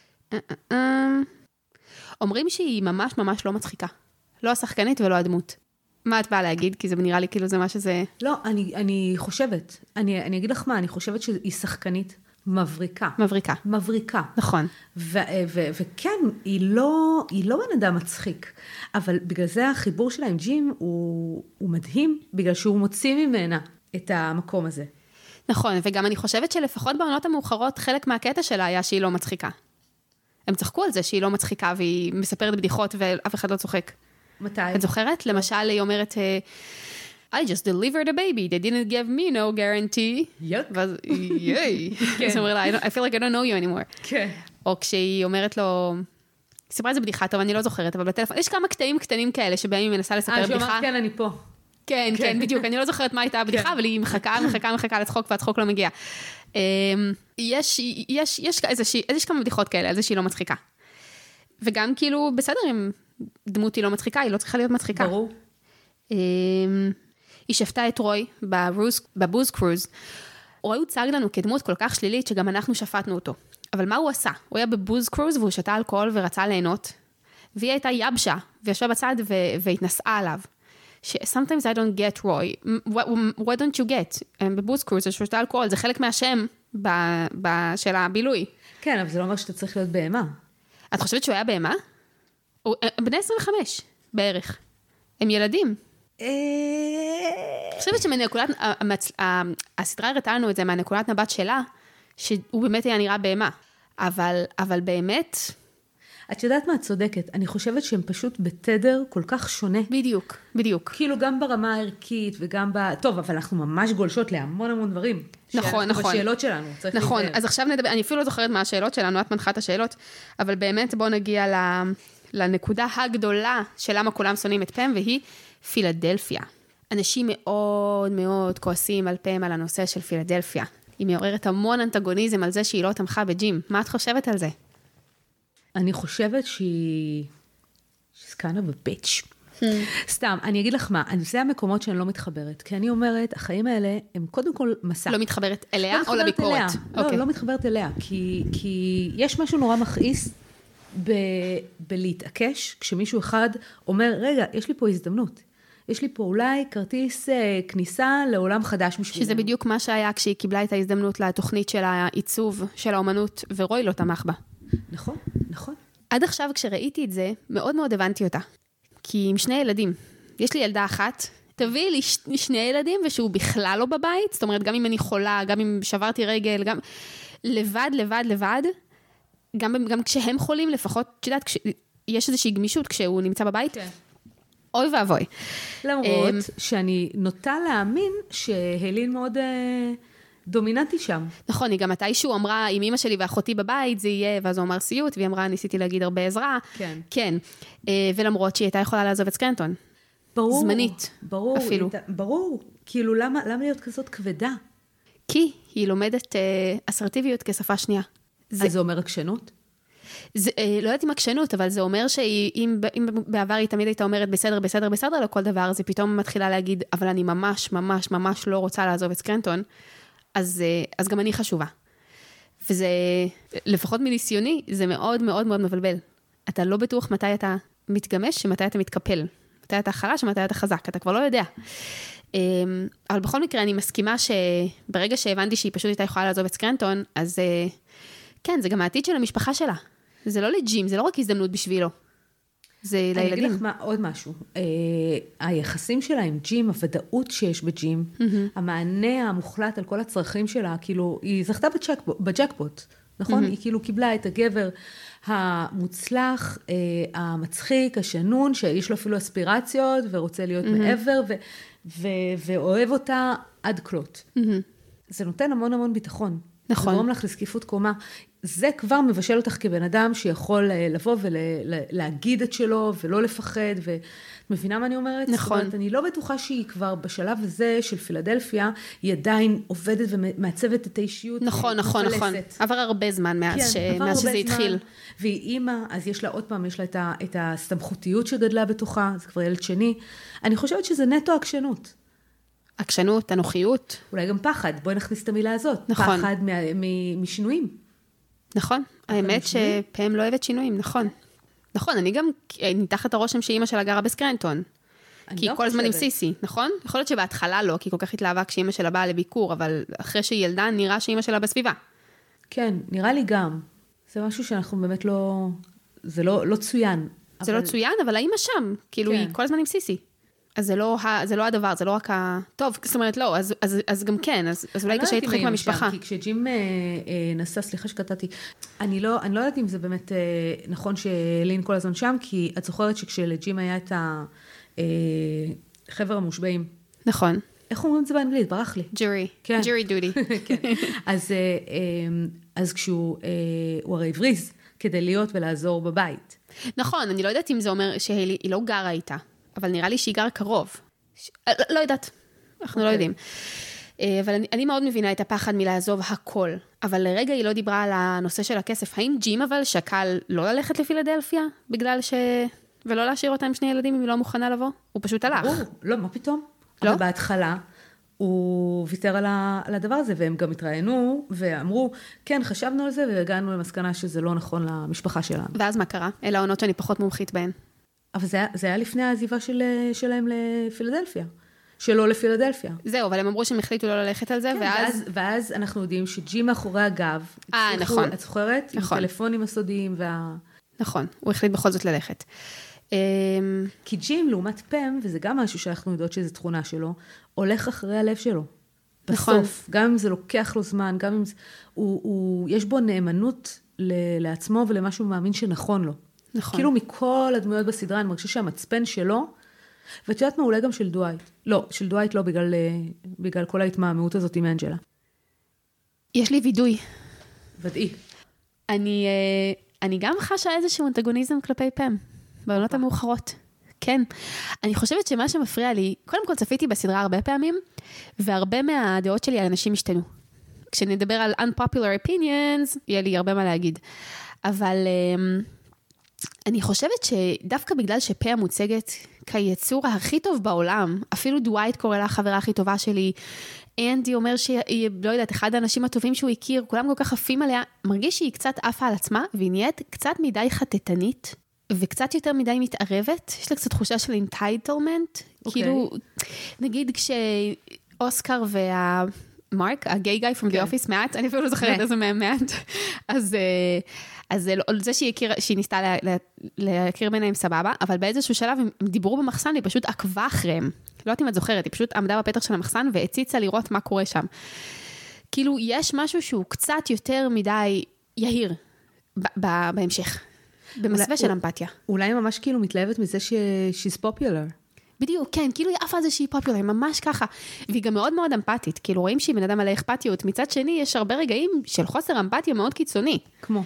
אומרים שהיא ממש ממש לא מצחיקה. לא השחקנית ולא הדמות. מה את באה להגיד? כי זה נראה לי כאילו זה מה שזה... לא, אני, אני חושבת. אני, אני אגיד לך מה, אני חושבת שהיא שחקנית מבריקה. מבריקה. מבריקה. נכון. ו, ו, וכן, היא לא, היא לא בן אדם מצחיק. אבל בגלל זה החיבור שלה עם ג'ים הוא, הוא מדהים, בגלל שהוא מוציא ממנה את המקום הזה. נכון, וגם אני חושבת שלפחות בעונות המאוחרות, חלק מהקטע שלה היה שהיא לא מצחיקה. הם צחקו על זה שהיא לא מצחיקה, והיא מספרת בדיחות ואף אחד לא צוחק. מתי? את זוכרת? למשל, היא אומרת, I just delivered a baby, they didn't give me no guarantee. יוק. ואז, ייי. אז היא אומרת לה, I feel like I don't know you anymore. כן. או כשהיא אומרת לו, היא סיפרה איזה בדיחה טוב, אני לא זוכרת, אבל בטלפון, יש כמה קטעים קטנים כאלה, שבהם היא מנסה לספר אה, בדיחה. שאומרת, כן, אני פה. כן, כן, בדיוק, אני לא זוכרת מה הייתה הבדיחה, אבל היא מחכה, מחכה, מחכה לצחוק, והצחוק לא מגיע. יש, יש, יש איזושהי, יש כמה בדיחות כאלה, על זה שהיא לא מצחיקה. וגם כאילו, בסדר, אם דמות היא לא מצחיקה, היא לא צריכה להיות מצחיקה. ברור. היא שפטה את רוי בבוז קרוז. רוי הוצג לנו כדמות כל כך שלילית, שגם אנחנו שפטנו אותו. אבל מה הוא עשה? הוא היה בבוז קרוז, והוא שתה אלכוהול ורצה ליהנות. והיא הייתה יבשה, וישבה בצד והתנסעה עליו. Sometimes I don't get Roy. What, what don't you get? בבוז קרוז, זה שתה אלכוהול, זה חלק מהשם של הבילוי. כן, אבל זה לא אומר שאתה צריך להיות בהמה. את חושבת שהוא היה בהמה? בני עשרים וחמש, בערך. הם ילדים. אני חושבת שמנקודת, הסדרה הראתה לנו את זה מהנקודת מבט שלה, שהוא באמת היה נראה בהמה. אבל, אבל באמת... את יודעת מה, את צודקת. אני חושבת שהם פשוט בתדר כל כך שונה. בדיוק, בדיוק. כאילו גם ברמה הערכית וגם ב... טוב, אבל אנחנו ממש גולשות להמון המון דברים. נכון, נכון. בשאלות שלנו. נכון, אז עכשיו נדבר, אני אפילו לא זוכרת מה השאלות שלנו, את מנחה את השאלות, אבל באמת בואו נגיע לנקודה הגדולה של למה כולם שונאים את פם, והיא פילדלפיה. אנשים מאוד מאוד כועסים על פם על הנושא של פילדלפיה. היא מעוררת המון אנטגוניזם על זה שהיא לא תמכה בג'ים. מה את חושבת על זה? אני חושבת שהיא... she's kind of a bitch. סתם, אני אגיד לך מה, זה המקומות שאני לא מתחברת, כי אני אומרת, החיים האלה הם קודם כל מסע. לא מתחברת אליה או לביקורת? לא, לא מתחברת אליה, כי יש משהו נורא מכעיס בלהתעקש, כשמישהו אחד אומר, רגע, יש לי פה הזדמנות. יש לי פה אולי כרטיס כניסה לעולם חדש בשבילה. שזה בדיוק מה שהיה כשהיא קיבלה את ההזדמנות לתוכנית של העיצוב של האומנות, ורוי לא תמך בה. נכון, נכון. עד עכשיו כשראיתי את זה, מאוד מאוד הבנתי אותה. כי עם שני ילדים, יש לי ילדה אחת, תביאי לי ש... שני ילדים ושהוא בכלל לא בבית, זאת אומרת, גם אם אני חולה, גם אם שברתי רגל, גם לבד, לבד, לבד, גם, גם כשהם חולים, לפחות, שדעת, כש... יש איזושהי גמישות כשהוא נמצא בבית, כן. אוי ואבוי. למרות שאני נוטה להאמין שהלין מאוד... דומיננטי שם. נכון, היא גם מתישהו אמרה, עם אמא שלי ואחותי בבית, זה יהיה, ואז הוא אמר סיוט, והיא אמרה, ניסיתי להגיד הרבה עזרה. כן. כן. ולמרות שהיא הייתה יכולה לעזוב את סקרנטון. ברור. זמנית. ברור. אפילו. ברור. כאילו, למה, למה להיות כזאת כבדה? כי היא לומדת אסרטיביות כשפה שנייה. אז זה אומר עקשנות? זה, לא יודעת אם עקשנות, אבל זה אומר שאם אם בעבר היא תמיד הייתה אומרת בסדר, בסדר, בסדר לכל דבר, אז היא פתאום מתחילה להגיד, אבל אני ממש, ממש, ממש לא רוצה לעזוב את סקרנטון. אז, אז גם אני חשובה. וזה, לפחות מניסיוני, זה מאוד מאוד מאוד מבלבל. אתה לא בטוח מתי אתה מתגמש, מתי אתה מתקפל. מתי אתה חלש, מתי אתה חזק. אתה כבר לא יודע. אבל בכל מקרה, אני מסכימה שברגע שהבנתי שהיא פשוט הייתה יכולה לעזוב את סקרנטון, אז כן, זה גם העתיד של המשפחה שלה. זה לא לג'ים, זה לא רק הזדמנות בשבילו. זה לילדים. אני אגיד לך מה, עוד משהו. אה, היחסים שלה עם ג'ים, הוודאות שיש בג'ים, mm-hmm. המענה המוחלט על כל הצרכים שלה, כאילו, היא זכתה בג'קפוט, בג'קפוט, נכון? Mm-hmm. היא כאילו קיבלה את הגבר המוצלח, אה, המצחיק, השנון, שיש לו אפילו אספירציות, ורוצה להיות mm-hmm. מעבר, ו- ו- ואוהב אותה עד כלות. Mm-hmm. זה נותן המון המון ביטחון. נכון. זה גורם לך לזקיפות קומה. זה כבר מבשל אותך כבן אדם שיכול לבוא ולהגיד את שלו, ולא לפחד, ואת מבינה מה אני אומרת? נכון. זאת אומרת, אני לא בטוחה שהיא כבר בשלב הזה של פילדלפיה, היא עדיין עובדת ומעצבת את האישיות. נכון, נכון, נכון. עבר הרבה זמן מאז, כן, ש... מאז שזה התחיל. והיא אימא, אז יש לה עוד פעם, יש לה את, ה... את הסמכותיות שגדלה בתוכה, זה כבר ילד שני. אני חושבת שזה נטו עקשנות. עקשנות, אנוכיות. אולי גם פחד, בואי נכניס את המילה הזאת. נכון. פחד מ... מ... משינויים. נכון, האמת שפעם לא אוהבת שינויים, נכון. נכון, אני גם ניתחת הרושם שאימא שלה גרה בסקרנטון. כי היא כל הזמן עם סיסי, נכון? יכול להיות שבהתחלה לא, כי היא כל כך התלהבה כשאימא שלה באה לביקור, אבל אחרי שהיא ילדה נראה שאימא שלה בסביבה. כן, נראה לי גם. זה משהו שאנחנו באמת לא... זה לא, לא צוין. זה אבל... לא צוין, אבל האימא שם. כאילו היא כל הזמן עם סיסי. אז זה לא, זה לא הדבר, זה לא רק ה... טוב, זאת אומרת, לא, אז, אז, אז גם כן, אז, אז אולי קשה להתחלק מהמשפחה. כי כשג'ים אה, אה, נסע, סליחה שקטעתי, אני לא, אני לא יודעת אם זה באמת אה, נכון שלין כל הזמן שם, כי את זוכרת שכשלג'ים היה את החבר המושבעים. נכון. איך אומרים את זה באנגלית? ברח לי. ג'ורי. כן. ג'ורי דודי. כן. אז, אה, אה, אז כשהוא, אה, הוא הרי הבריז כדי להיות ולעזור בבית. נכון, אני לא יודעת אם זה אומר שהיא לא גרה איתה. אבל נראה לי שהיא גרה קרוב. ש... לא, לא יודעת, אנחנו okay. לא יודעים. אבל אני, אני מאוד מבינה את הפחד מלעזוב הכל. אבל לרגע היא לא דיברה על הנושא של הכסף. האם ג'ים אבל שקל לא ללכת לפילדלפיה? בגלל ש... ולא להשאיר אותה עם שני ילדים אם היא לא מוכנה לבוא? הוא פשוט הלך. הוא, לא, מה פתאום? לא? אבל בהתחלה הוא ויתר על, ה... על הדבר הזה, והם גם התראיינו ואמרו, כן, חשבנו על זה, והגענו למסקנה שזה לא נכון למשפחה שלנו. ואז מה קרה? אלה העונות שאני פחות מומחית בהן. אבל זה היה, זה היה לפני העזיבה של, שלהם לפילדלפיה, שלא לפילדלפיה. זהו, אבל הם אמרו שהם החליטו לא ללכת על זה, כן, ואז... ואז... ואז אנחנו יודעים שג'ים מאחורי הגב, אה, נכון. את זוכרת? נכון. עם טלפונים הסודיים וה... נכון, הוא החליט בכל זאת ללכת. כי ג'ים, לעומת פם, וזה גם משהו שאנחנו יודעות שזו תכונה שלו, הולך אחרי הלב שלו. נכון. בסוף, גם אם זה לוקח לו זמן, גם אם זה... הוא, הוא, יש בו נאמנות ל, לעצמו ולמה שהוא מאמין שנכון לו. נכון. כאילו מכל הדמויות בסדרה, אני מרגישה שהמצפן שלו, ואת יודעת מה, אולי גם של דווייט. לא, של דווייט לא, בגלל, בגלל כל ההתמהמהות הזאת עם אנג'לה. יש לי וידוי. ודאי. אני, אני גם חשה איזשהו אנטגוניזם כלפי פם, בעונות המאוחרות. כן. אני חושבת שמה שמפריע לי, קודם כל צפיתי בסדרה הרבה פעמים, והרבה מהדעות שלי על אנשים השתנו. כשנדבר על unpopular opinions, יהיה לי הרבה מה להגיד. אבל... אני חושבת שדווקא בגלל שפיה מוצגת כיצור הכי טוב בעולם, אפילו דווייט קורא לה החברה הכי טובה שלי, אנדי אומר שהיא, לא יודעת, אחד האנשים הטובים שהוא הכיר, כולם כל כך עפים עליה, מרגיש שהיא קצת עפה על עצמה, והיא נהיית קצת מדי חטטנית, וקצת יותר מדי מתערבת, יש לה קצת תחושה של entitlement, okay. כאילו, נגיד כשאוסקר וה... מרק, הגיי גאי from the office, מעט, אני אפילו לא זוכרת איזה מהם מעט, אז... אז זה שהיא, הכיר, שהיא ניסתה לה, לה, להכיר ביניהם סבבה, אבל באיזשהו שלב הם דיברו במחסן, והיא פשוט עקבה אחריהם. לא יודעת אם את זוכרת, היא פשוט עמדה בפתח של המחסן, והציצה לראות מה קורה שם. כאילו, יש משהו שהוא קצת יותר מדי יהיר, ב- ב- בהמשך. במסווה של אמפתיה. אולי ממש כאילו מתלהבת מזה ש- she's popular. בדיוק, כן, כאילו היא אף על זה שהיא פופולר, ממש ככה. והיא גם מאוד מאוד אמפתית, כאילו רואים שהיא בן אדם מלא אכפתיות. מצד שני, יש הרבה רגעים של חוסר אמפתיה מאוד קיצוני. כמו?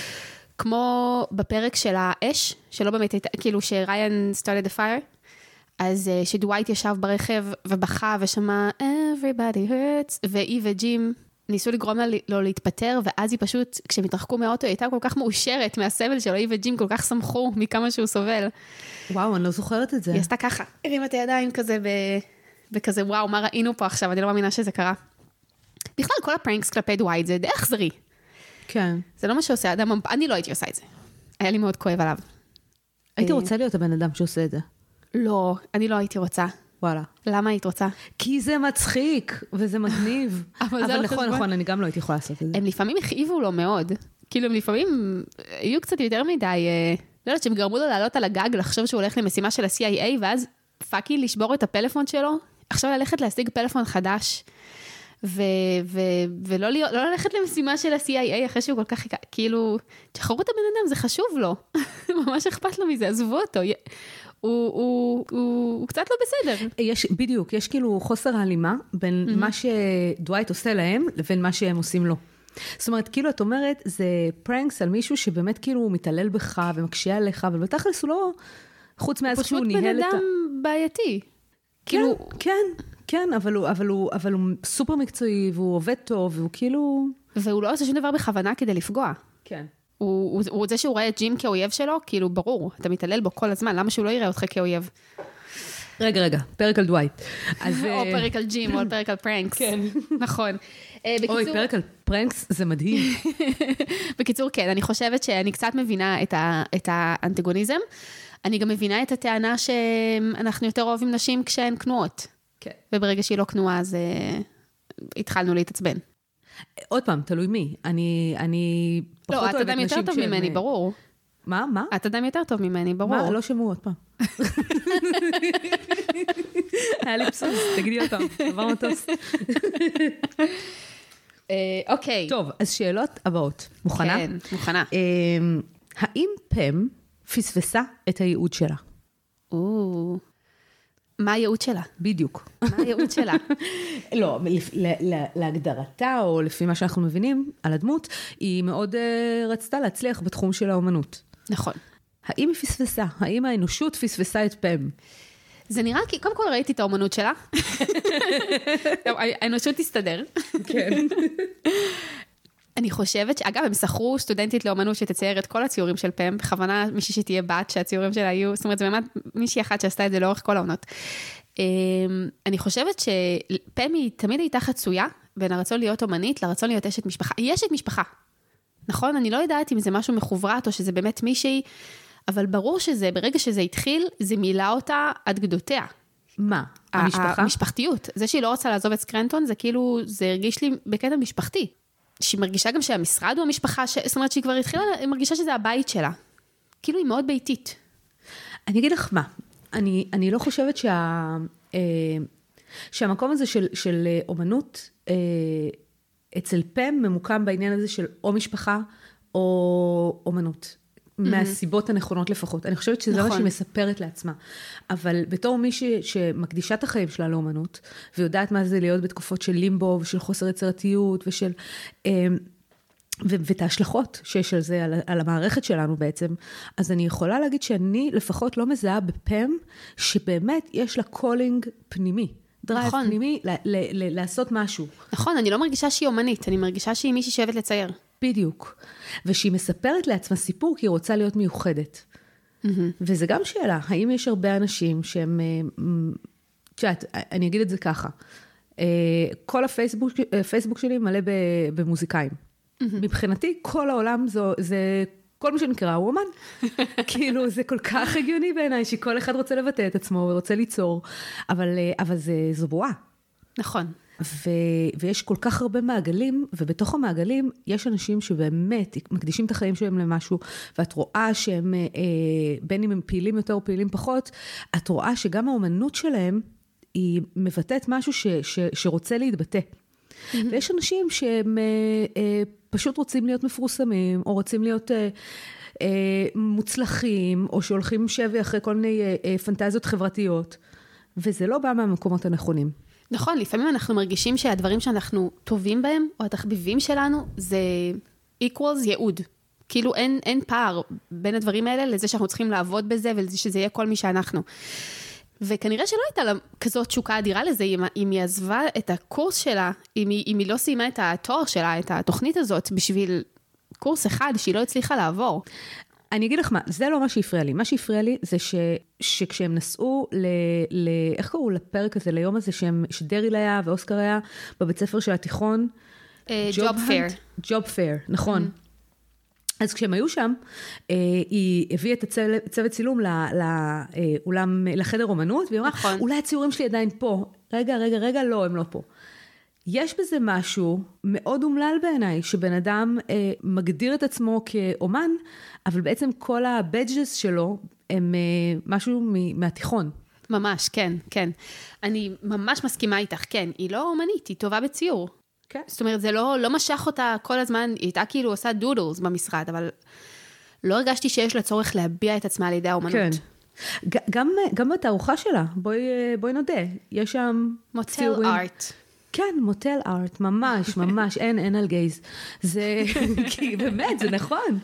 כמו בפרק של האש, שלא באמת הייתה, כאילו שריין started the fire, אז שדווייט ישב ברכב ובכה ושמע, everybody hurts, והיא וג'ים ניסו לגרום לה לא להתפטר, ואז היא פשוט, כשהם התרחקו מהאוטו, היא הייתה כל כך מאושרת מהסבל שלו, היא וג'ים כל כך שמחו מכמה שהוא סובל. וואו, אני לא זוכרת את זה. היא עשתה ככה, הרים את הידיים כזה, בכזה, וואו, מה ראינו פה עכשיו, אני לא מאמינה שזה קרה. בכלל, כל הפרנקס כלפי דווייט זה די אכזרי. כן. זה לא מה שעושה אדם, אני לא הייתי עושה את זה. היה לי מאוד כואב עליו. הייתי רוצה להיות הבן אדם שעושה את זה. לא, אני לא הייתי רוצה. וואלה. למה היית רוצה? כי זה מצחיק, וזה מגניב. אבל נכון, נכון, אני גם לא הייתי יכולה לעשות את זה. הם לפעמים הכאיבו לו מאוד. כאילו, הם לפעמים היו קצת יותר מדי, לא יודעת, שהם גרמו לו לעלות על הגג, לחשוב שהוא הולך למשימה של ה-סי איי איי, ואז פאקי לשבור את הפלאפון שלו, עכשיו ללכת להשיג פלאפון חדש, ו- ו- ולא להיות, לא ללכת למשימה של ה-סי איי איי, אחרי שהוא כל כך, כאילו, תשחררו את הבן אדם, זה חשוב לו. ממש אכפת לו מזה, עזבו אותו. הוא, הוא, הוא, הוא קצת לא בסדר. יש, בדיוק, יש כאילו חוסר הלימה בין mm-hmm. מה שדווייט עושה להם, לבין מה שהם עושים לו. זאת אומרת, כאילו את אומרת, זה פרנקס על מישהו שבאמת כאילו הוא מתעלל בך ומקשיע עליך, אבל בתכלס הוא לא, חוץ מאז שהוא ניהל את ה... הוא פשוט בן אדם בעייתי. כן, כאילו... כן, כן, אבל הוא, אבל הוא, אבל הוא סופר מקצועי, והוא עובד טוב, והוא כאילו... והוא לא עושה שום דבר בכוונה כדי לפגוע. כן. הוא, הוא, הוא רוצה שהוא רואה את ג'ים כאויב שלו, כאילו ברור, אתה מתעלל בו כל הזמן, למה שהוא לא יראה אותך כאויב? רגע, רגע, פרק על דווייט. או פרק על ג'ים, או פרק על פרנקס. כן. נכון. אוי, פרק על פרנקס זה מדהים. בקיצור, כן, אני חושבת שאני קצת מבינה את, ה, את האנטגוניזם. אני גם מבינה את הטענה שאנחנו יותר אוהבים נשים כשהן כנועות. כן. וברגע שהיא לא כנועה, אז התחלנו להתעצבן. עוד פעם, תלוי מי. אני, אני פחות אוהבת נשים לא, אתה אדם יותר טוב ממני, ברור. מה? מה? אתה אדם יותר טוב ממני, ברור. מה? לא שמעו עוד פעם. היה לי פסוס, תגידי אותם, עבר מטוס. אוקיי. טוב, אז שאלות הבאות. מוכנה? כן, מוכנה. האם פם פספסה את הייעוד שלה? או, מה הייעוד שלה? בדיוק. מה הייעוד שלה? לא, להגדרתה, או לפי מה שאנחנו מבינים על הדמות, היא מאוד רצתה להצליח בתחום של האומנות. נכון. האם היא פספסה? האם האנושות פספסה את פם? זה נראה כי, קודם כל ראיתי את האומנות שלה. האנושות תסתדר. כן. אני חושבת, אגב, הם שכרו סטודנטית לאומנות שתצייר את כל הציורים של פם, בכוונה מישהי שתהיה בת שהציורים שלה היו, זאת אומרת, זה באמת מישהי אחת שעשתה את זה לאורך כל העונות. אני חושבת שפם היא תמיד הייתה חצויה, בין הרצון להיות אומנית לרצון להיות אשת משפחה. היא אשת משפחה. נכון? אני לא יודעת אם זה משהו מחוברת או שזה באמת מישהי, אבל ברור שזה, ברגע שזה התחיל, זה מילה אותה עד גדותיה. מה? המשפחה? המשפחתיות. זה שהיא לא רוצה לעזוב את סקרנטון, זה כאילו, זה הרגיש לי בקטע משפחתי. שהיא מרגישה גם שהמשרד הוא המשפחה, ש... זאת אומרת שהיא כבר התחילה, היא מרגישה שזה הבית שלה. כאילו היא מאוד ביתית. אני אגיד לך מה, אני, אני לא חושבת שה, אה, שהמקום הזה של, של אומנות, אה, אצל פם ממוקם בעניין הזה של או משפחה או אומנות. מהסיבות הנכונות לפחות. אני חושבת שזה מה שהיא מספרת לעצמה. אבל בתור מי שמקדישה את החיים שלה לאומנות, ויודעת מה זה להיות בתקופות של לימבו, ושל חוסר יצירתיות, ושל, ואת ההשלכות שיש על זה, על המערכת שלנו בעצם, אז אני יכולה להגיד שאני לפחות לא מזהה בפם, שבאמת יש לה קולינג פנימי. דרייב פנימי, לעשות משהו. נכון, אני לא מרגישה שהיא אומנית, אני מרגישה שהיא מישהי שאוהבת לצייר. בדיוק. ושהיא מספרת לעצמה סיפור, כי היא רוצה להיות מיוחדת. וזה גם שאלה, האם יש הרבה אנשים שהם, תשעת, אני אגיד את זה ככה, כל הפייסבוק, הפייסבוק שלי מלא במוזיקאים. מבחינתי, כל העולם זה, כל מי שנקרא הוא אומן. כאילו, זה כל כך הגיוני בעיניי, שכל אחד רוצה לבטא את עצמו ורוצה ליצור, אבל, אבל זה, זו בועה. נכון. ו, ויש כל כך הרבה מעגלים, ובתוך המעגלים יש אנשים שבאמת מקדישים את החיים שלהם למשהו, ואת רואה שהם, אה, בין אם הם פעילים יותר או פעילים פחות, את רואה שגם האומנות שלהם, היא מבטאת משהו ש, ש, שרוצה להתבטא. Mm-hmm. ויש אנשים שהם אה, אה, פשוט רוצים להיות מפורסמים, או רוצים להיות אה, אה, מוצלחים, או שהולכים שבי אחרי כל מיני אה, אה, פנטזיות חברתיות, וזה לא בא מהמקומות הנכונים. נכון, לפעמים אנחנו מרגישים שהדברים שאנחנו טובים בהם, או התחביבים שלנו, זה equals ייעוד. כאילו אין, אין פער בין הדברים האלה, לזה שאנחנו צריכים לעבוד בזה, ושזה יהיה כל מי שאנחנו. וכנראה שלא הייתה לה כזאת תשוקה אדירה לזה, אם, אם היא עזבה את הקורס שלה, אם היא, אם היא לא סיימה את התואר שלה, את התוכנית הזאת, בשביל קורס אחד שהיא לא הצליחה לעבור. אני אגיד לך מה, זה לא מה שהפריע לי. מה שהפריע לי זה ש, שכשהם נסעו ל, ל... איך קראו לפרק הזה, ליום הזה, שהם, שדריל היה ואוסקר היה בבית ספר של התיכון? ג'וב פייר. ג'וב פייר, נכון. אז כשהם היו שם, היא הביאה את הצוות צילום לאולם, לחדר אומנות, והיא אמרה, אולי הציורים שלי עדיין פה. רגע, רגע, רגע, לא, הם לא פה. יש בזה משהו מאוד אומלל בעיניי, שבן אדם אה, מגדיר את עצמו כאומן, אבל בעצם כל הבדג'ס שלו הם אה, משהו מהתיכון. ממש, כן, כן. אני ממש מסכימה איתך, כן. היא לא אומנית, היא טובה בציור. כן. זאת אומרת, זה לא, לא משך אותה כל הזמן, היא הייתה כאילו עושה דודלס במשרד, אבל לא הרגשתי שיש לה צורך להביע את עצמה על ידי האומנות. כן. גם, גם בתערוכה שלה, בואי, בואי נודה, יש שם מוטל ארט. כן, מוטל ארט, ממש, ממש, אין, אין על גייז. זה, כי באמת, זה נכון.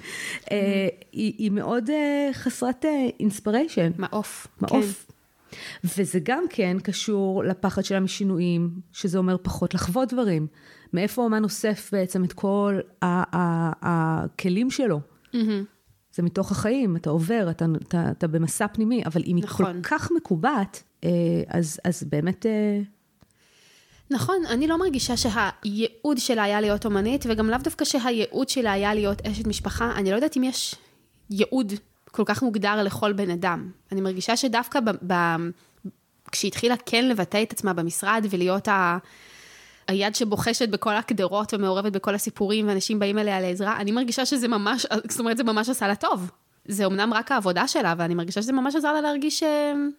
היא מאוד חסרת אינספיריישן. מעוף. מעוף. וזה גם כן קשור לפחד שלה משינויים, שזה אומר פחות לחוות דברים. מאיפה אומן אוסף בעצם את כל הכלים שלו? זה מתוך החיים, אתה עובר, אתה, אתה, אתה במסע פנימי, אבל אם נכון. היא כל כך מקובעת, אז, אז באמת... נכון, אני לא מרגישה שהייעוד שלה היה להיות אומנית, וגם לאו דווקא שהייעוד שלה היה להיות אשת משפחה. אני לא יודעת אם יש ייעוד כל כך מוגדר לכל בן אדם. אני מרגישה שדווקא ב, ב, כשהתחילה כן לבטא את עצמה במשרד, ולהיות ה, היד שבוחשת בכל הקדרות, ומעורבת בכל הסיפורים, ואנשים באים אליה לעזרה, אני מרגישה שזה ממש, זאת אומרת, זה ממש עשה לה טוב. זה אמנם רק העבודה שלה, ואני מרגישה שזה ממש עזר לה להרגיש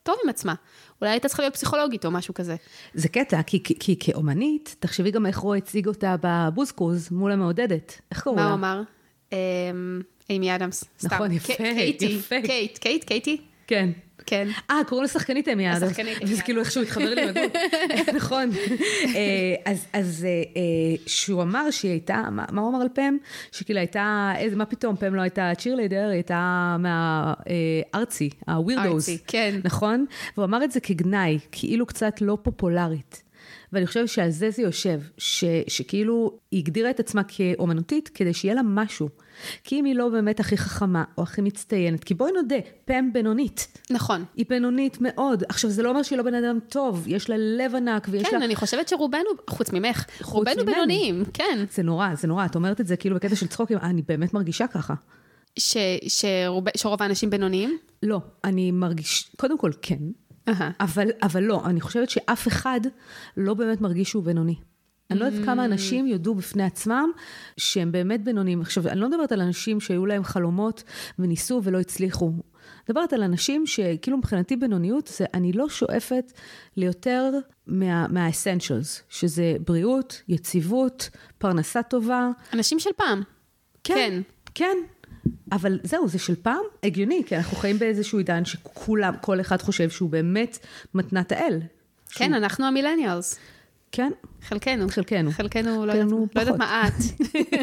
טוב עם עצמה. אולי הייתה צריכה להיות פסיכולוגית או משהו כזה. זה קטע, כי, כי, כי כאומנית, תחשבי גם איך רוי הציג אותה בבוזקוז מול המעודדת. איך קראו לה? מה הוא אמר? אימי אדמס. נכון, יפה, יפה. קייט, קייט, קייטי? כן. כן. אה, קראו לשחקנית אימי אדמס. השחקנית אימי אז כאילו איכשהו התחבר לי לגוף. נכון. אז שהוא אמר שהיא הייתה, מה הוא אמר על פם? שכאילו הייתה, מה פתאום, פם לא הייתה צ'ירלידר, היא הייתה מהארצי, הווירדוז. ארצי, כן. נכון? והוא אמר את זה כגנאי, כאילו קצת לא פופולרית. ואני חושבת שעל זה זה יושב, ש, שכאילו היא הגדירה את עצמה כאומנותית, כדי שיהיה לה משהו. כי אם היא לא באמת הכי חכמה, או הכי מצטיינת, כי בואי נודה, פם בינונית. נכון. היא בינונית מאוד. עכשיו, זה לא אומר שהיא לא בן אדם טוב, יש לה לב ענק, ויש כן, לה... אני חושבת שרובנו, חוץ ממך, חוץ רובנו ממני. בינוניים, כן. זה נורא, זה נורא. את אומרת את זה כאילו בקטע של צחוקים, אני באמת מרגישה ככה. ש, שרוב, שרוב האנשים בינוניים? לא, אני מרגיש, קודם כל כן, אהה. אבל, אבל לא, אני חושבת שאף אחד לא באמת מרגיש שהוא בינוני. אני לא יודעת כמה אנשים יודעו בפני עצמם שהם באמת בינונים. עכשיו, אני לא מדברת על אנשים שהיו להם חלומות וניסו ולא הצליחו. מדברת על אנשים שכאילו מבחינתי בינוניות, זה אני לא שואפת ליותר מה, מה-essentials, שזה בריאות, יציבות, פרנסה טובה. אנשים של פעם. כן, כן. כן. אבל זהו, זה של פעם הגיוני, כי אנחנו חיים באיזשהו עידן שכולם, כל אחד חושב שהוא באמת מתנת האל. כן, שהוא... אנחנו המילניאלס. כן. חלקנו. חלקנו. חלקנו, לא חלקנו יודעת, לא יודעת מה את.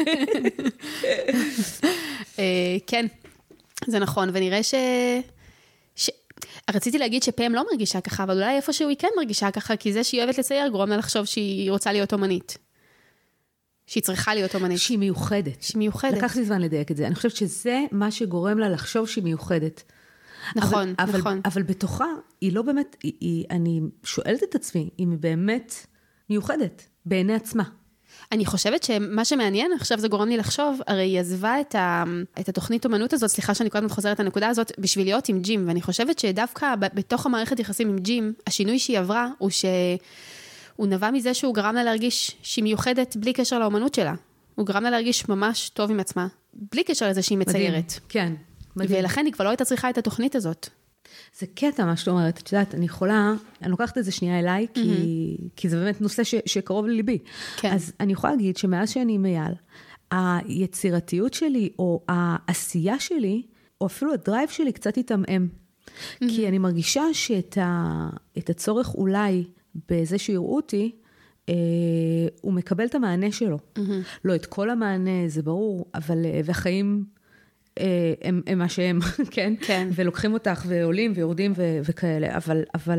אה, כן, זה נכון, ונראה ש... ש... רציתי להגיד שפעם לא מרגישה ככה, אבל אולי איפשהו היא כן מרגישה ככה, כי זה שהיא אוהבת לצייר גורם לה לחשוב שהיא רוצה להיות אומנית. שהיא צריכה להיות אומנית. שהיא מיוחדת. שהיא מיוחדת. לקח לי זמן לדייק את זה. אני חושבת שזה מה שגורם לה לחשוב שהיא מיוחדת. נכון, אבל, נכון. אבל, אבל בתוכה, היא לא באמת, היא, היא, אני שואלת את עצמי, אם היא באמת מיוחדת, בעיני עצמה. אני חושבת שמה שמעניין עכשיו זה גורם לי לחשוב, הרי היא עזבה את, ה, את התוכנית אומנות הזאת, סליחה שאני קודם חוזרת לנקודה הזאת, בשביל להיות עם ג'ים, ואני חושבת שדווקא בתוך המערכת יחסים עם ג'ים, השינוי שהיא עברה הוא שהוא נבע מזה שהוא גרם לה להרגיש שהיא מיוחדת בלי קשר לאומנות שלה. הוא גרם לה להרגיש ממש טוב עם עצמה, בלי קשר לזה שהיא מציירת. מדהים, כן. מדהים. ולכן היא כבר לא הייתה צריכה את התוכנית הזאת. זה קטע מה שאת אומרת, את יודעת, אני יכולה, אני לוקחת את זה שנייה אליי, כי, mm-hmm. כי זה באמת נושא ש, שקרוב לליבי. כן. אז אני יכולה להגיד שמאז שאני עם אייל, היצירתיות שלי, או העשייה שלי, או אפילו הדרייב שלי קצת התעמם. Mm-hmm. כי אני מרגישה שאת ה, את הצורך אולי בזה שיראו אותי, אה, הוא מקבל את המענה שלו. Mm-hmm. לא את כל המענה, זה ברור, אבל, והחיים... הם, הם מה שהם, כן? כן. ולוקחים אותך ועולים ויורדים ו- וכאלה, אבל, אבל,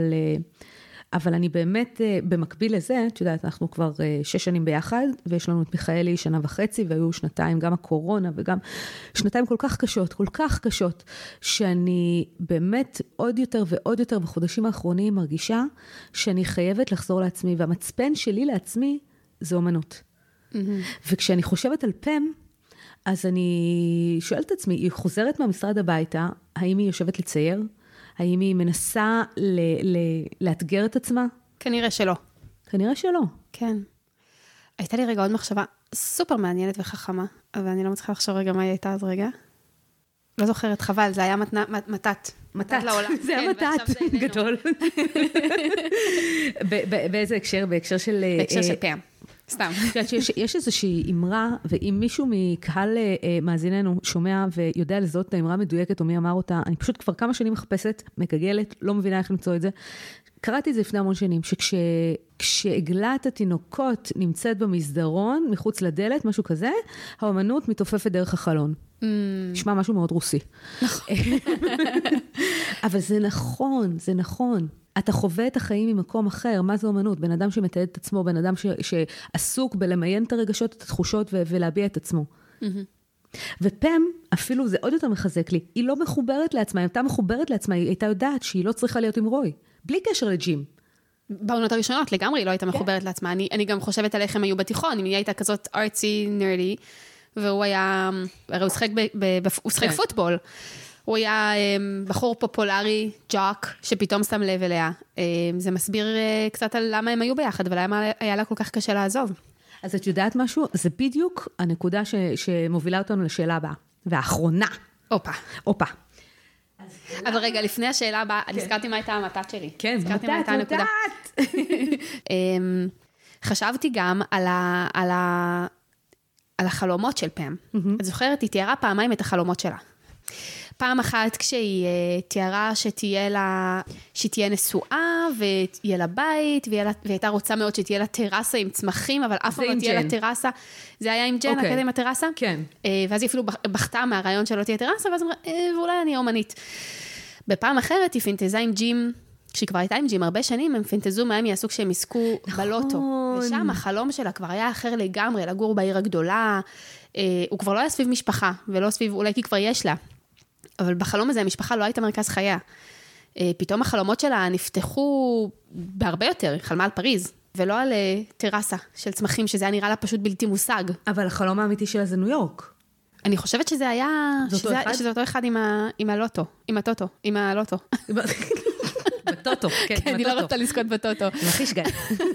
אבל אני באמת, במקביל לזה, את יודעת, אנחנו כבר שש שנים ביחד, ויש לנו את מיכאלי שנה וחצי, והיו שנתיים, גם הקורונה, וגם שנתיים כל כך קשות, כל כך קשות, שאני באמת עוד יותר ועוד יותר בחודשים האחרונים מרגישה, שאני חייבת לחזור לעצמי, והמצפן שלי לעצמי, זה אומנות. Mm-hmm. וכשאני חושבת על פם, אז אני שואלת את עצמי, היא חוזרת מהמשרד הביתה, האם היא יושבת לצייר? האם היא מנסה ל- ל- לאתגר את עצמה? כנראה שלא. כנראה שלא. כן. הייתה לי רגע עוד מחשבה סופר מעניינת וחכמה, אבל אני לא מצליחה לחשוב רגע מה היא הייתה אז רגע. לא זוכרת, חבל, זה היה מתנה, מתת. מתת, לעולם. זה היה כן, מתת גדול. באיזה הקשר? בהקשר של... בהקשר של פעם. סתם. יש איזושהי אמרה, ואם מישהו מקהל מאזיננו שומע ויודע לזאת את האמרה המדויקת, או מי אמר אותה, אני פשוט כבר כמה שנים מחפשת, מגגלת, לא מבינה איך למצוא את זה. קראתי את זה לפני המון שנים, שכשעגלת התינוקות נמצאת במסדרון, מחוץ לדלת, משהו כזה, האומנות מתעופפת דרך החלון. נשמע משהו מאוד רוסי. אבל זה נכון, זה נכון. אתה חווה את החיים ממקום אחר, מה זה אומנות? בן אדם שמתעד את עצמו, בן אדם ש, שעסוק בלמיין את הרגשות, את התחושות ו, ולהביע את עצמו. Mm-hmm. ופם, אפילו זה עוד יותר מחזק לי, היא לא מחוברת לעצמה, היא הייתה מחוברת לעצמה, היא הייתה יודעת שהיא לא צריכה להיות עם רוי, בלי קשר לג'ים. בעונות הראשונות לגמרי היא לא הייתה מחוברת yeah. לעצמה, אני, אני גם חושבת על איך הם היו בתיכון, אם היא הייתה כזאת ארצי, נרדי, והוא היה, הרי הוא שחק, ב, ב, הוא שחק כן. פוטבול, הוא היה um, בחור פופולרי, ג'וק, שפתאום שם לב אליה. Um, זה מסביר uh, קצת על למה הם היו ביחד, אבל למה היה לה כל כך קשה לעזוב. אז את יודעת משהו? זה בדיוק הנקודה ש, שמובילה אותנו לשאלה הבאה, והאחרונה. אופה. אופה. אבל רגע, לפני השאלה הבאה, אני הזכרתי מה הייתה המתת שלי. כן, הזכרתי מה הייתה מתת, הנקודה. מתת. אמ, חשבתי גם על ה- על ה- על החלומות של פם. את זוכרת, היא תיארה פעמיים את החלומות שלה. פעם אחת כשהיא uh, תיארה שתהיה לה, שהיא תהיה נשואה, ויהיה לה בית, והיא הייתה רוצה מאוד שתהיה לה טרסה עם צמחים, אבל אף פעם לא תהיה לה טרסה. זה היה עם ג'ן, הקטע עם הטרסה? כן. Uh, ואז היא אפילו בכתה מהרעיון שלא תהיה טרסה, ואז אמרה, uh, ואולי אני אומנית. בפעם אחרת היא פינטזה עם ג'ים, כשהיא כבר הייתה עם ג'ים הרבה שנים, הם פינטזו מה הם יעשו כשהם עסקו בלוטו. ושם החלום שלה כבר היה אחר לגמרי, לגור בעיר הגדולה. Uh, הוא כבר לא היה סביב משפחה, ולא סביב, אולי כי כבר יש לה. אבל בחלום הזה המשפחה לא הייתה מרכז חייה. פתאום החלומות שלה נפתחו בהרבה יותר, היא חלמה על פריז, ולא על טרסה של צמחים, שזה היה נראה לה פשוט בלתי מושג. אבל החלום האמיתי שלה זה ניו יורק. אני חושבת שזה היה, שזה, שזה אותו אחד עם, ה, עם הלוטו, עם הטוטו, עם הלוטו. בטוטו, כן, כן, אני לא רוצה לזכות בטוטו. מחיש גיא.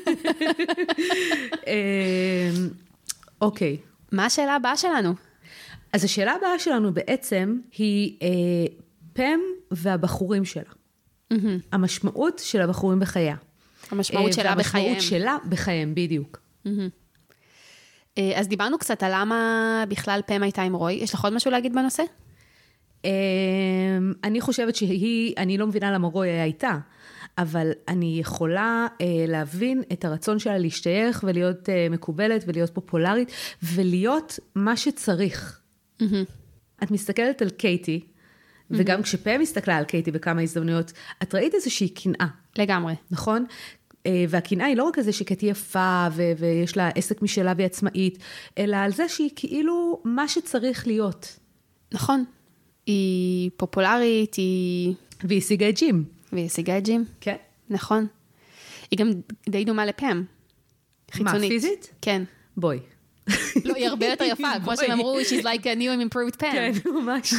אוקיי. מה השאלה הבאה שלנו? אז השאלה הבאה שלנו בעצם היא אה, פם והבחורים שלה. Mm-hmm. המשמעות של הבחורים בחייה. המשמעות אה, שלה בחייהם. המשמעות שלה בחייהם, בדיוק. Mm-hmm. אה, אז דיברנו קצת על למה בכלל פם הייתה עם רוי. יש לך עוד משהו להגיד בנושא? אה, אני חושבת שהיא, אני לא מבינה למה רוי היה איתה, אבל אני יכולה אה, להבין את הרצון שלה להשתייך ולהיות אה, מקובלת ולהיות פופולרית, ולהיות מה שצריך. את מסתכלת על קייטי, וגם כשפם מסתכלה על קייטי בכמה הזדמנויות, את ראית איזושהי קנאה. לגמרי. נכון? והקנאה היא לא רק איזה שקייטי יפה, ויש לה עסק משלה והיא עצמאית, אלא על זה שהיא כאילו מה שצריך להיות. נכון. היא פופולרית, היא... והיא השיגה את ג'ים. והיא השיגה את ג'ים. כן. נכון. היא גם די דומה לפם. חיצונית. מה, פיזית? כן. בואי. לא, היא הרבה יותר יפה, כמו שהם אמרו, she's like a new and improved pen. כן, ממש.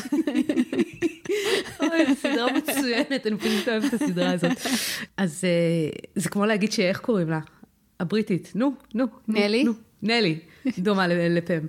אוי, סדרה מצוינת, אני פשוט אוהבת את הסדרה הזאת. אז זה כמו להגיד שאיך קוראים לה? הבריטית, נו, נו. נלי? נלי, דומה לפם.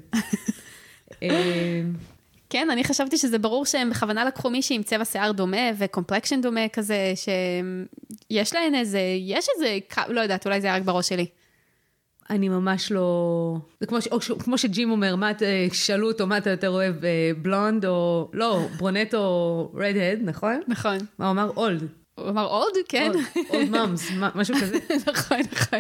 כן, אני חשבתי שזה ברור שהם בכוונה לקחו מישהי עם צבע שיער דומה וקומפלקשן דומה כזה, שיש להן איזה, יש איזה, לא יודעת, אולי זה היה רק בראש שלי. אני ממש לא... זה כמו, ש... כמו שג'ים אומר, מה, שאלו אותו מה אתה יותר אוהב, בלונד או... לא, ברונט או רדהד, נכון? נכון. מה הוא אמר? אולד. הוא אמר אולד? כן. אולד ממס, משהו כזה. נכון, נכון.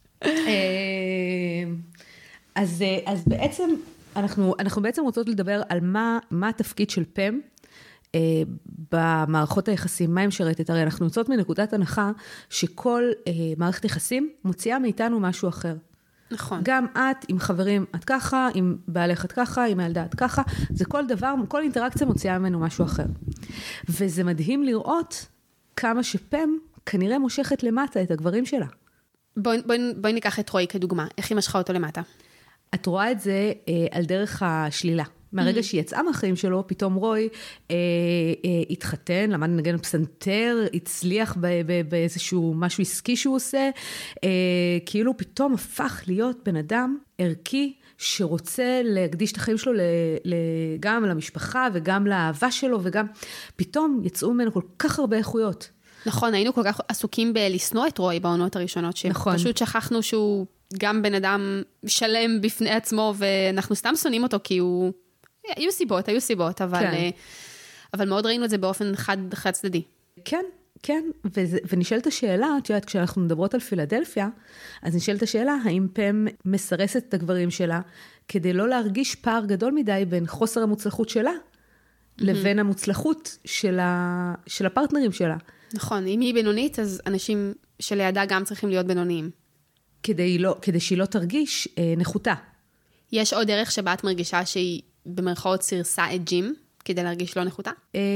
אז, אז בעצם, אנחנו, אנחנו בעצם רוצות לדבר על מה, מה התפקיד של פם, Uh, במערכות היחסים, מה הם שרתת? הרי אנחנו יוצאות מנקודת הנחה שכל uh, מערכת יחסים מוציאה מאיתנו משהו אחר. נכון. גם את עם חברים את ככה, עם בעלך את ככה, עם הילדה את ככה, זה כל דבר, כל אינטראקציה מוציאה ממנו משהו אחר. וזה מדהים לראות כמה שפם כנראה מושכת למטה את הגברים שלה. בואי, בואי, בואי ניקח את רוי כדוגמה, איך היא משכה אותו למטה? את רואה את זה uh, על דרך השלילה. מהרגע שהיא יצאה מהחיים שלו, פתאום רוי אה, אה, התחתן, למד לנגן פסנתר, הצליח באיזשהו משהו עסקי שהוא עושה, אה, כאילו פתאום הפך להיות בן אדם ערכי, שרוצה להקדיש את החיים שלו גם למשפחה וגם לאהבה שלו, וגם פתאום יצאו ממנו כל כך הרבה איכויות. נכון, היינו כל כך עסוקים בלסנוע את רוי בעונות הראשונות, שפשוט שכחנו שהוא גם בן אדם שלם בפני עצמו, ואנחנו סתם שונאים אותו כי הוא... היו סיבות, היו סיבות, אבל, כן. אבל מאוד ראינו את זה באופן חד, חד צדדי. כן, כן, וזה, ונשאלת השאלה, את יודעת, כשאנחנו מדברות על פילדלפיה, אז נשאלת השאלה, האם פם מסרסת את הגברים שלה, כדי לא להרגיש פער גדול מדי בין חוסר המוצלחות שלה, mm-hmm. לבין המוצלחות של, ה, של הפרטנרים שלה. נכון, אם היא בינונית, אז אנשים שלידה גם צריכים להיות בינוניים. כדי, לא, כדי שהיא לא תרגיש אה, נחותה. יש עוד דרך שבה את מרגישה שהיא במרכאות סירסה את ג'ים, כדי להרגיש לא נחותה?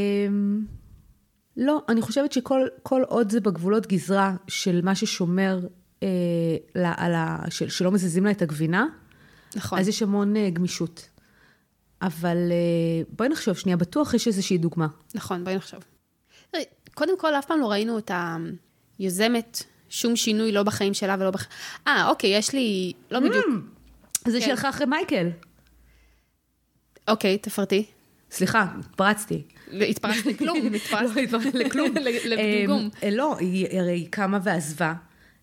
לא, אני חושבת שכל כל עוד זה בגבולות גזרה של מה ששומר, שלא מזיזים לה את הגבינה, נכון. אז יש המון גמישות. אבל בואי נחשוב שנייה, בטוח יש איזושהי דוגמה. נכון, בואי נחשוב. קודם כל, אף פעם לא ראינו את היוזמת, שום שינוי לא בחיים שלה ולא בחיים. אה, אוקיי, יש לי, לא בדיוק. זה שלך אחרי מייקל. אוקיי, תפרטי. סליחה, התפרצתי. התפרצת לכלום, לא, התפרצת לכלום. לגום. לא, היא הרי קמה ועזבה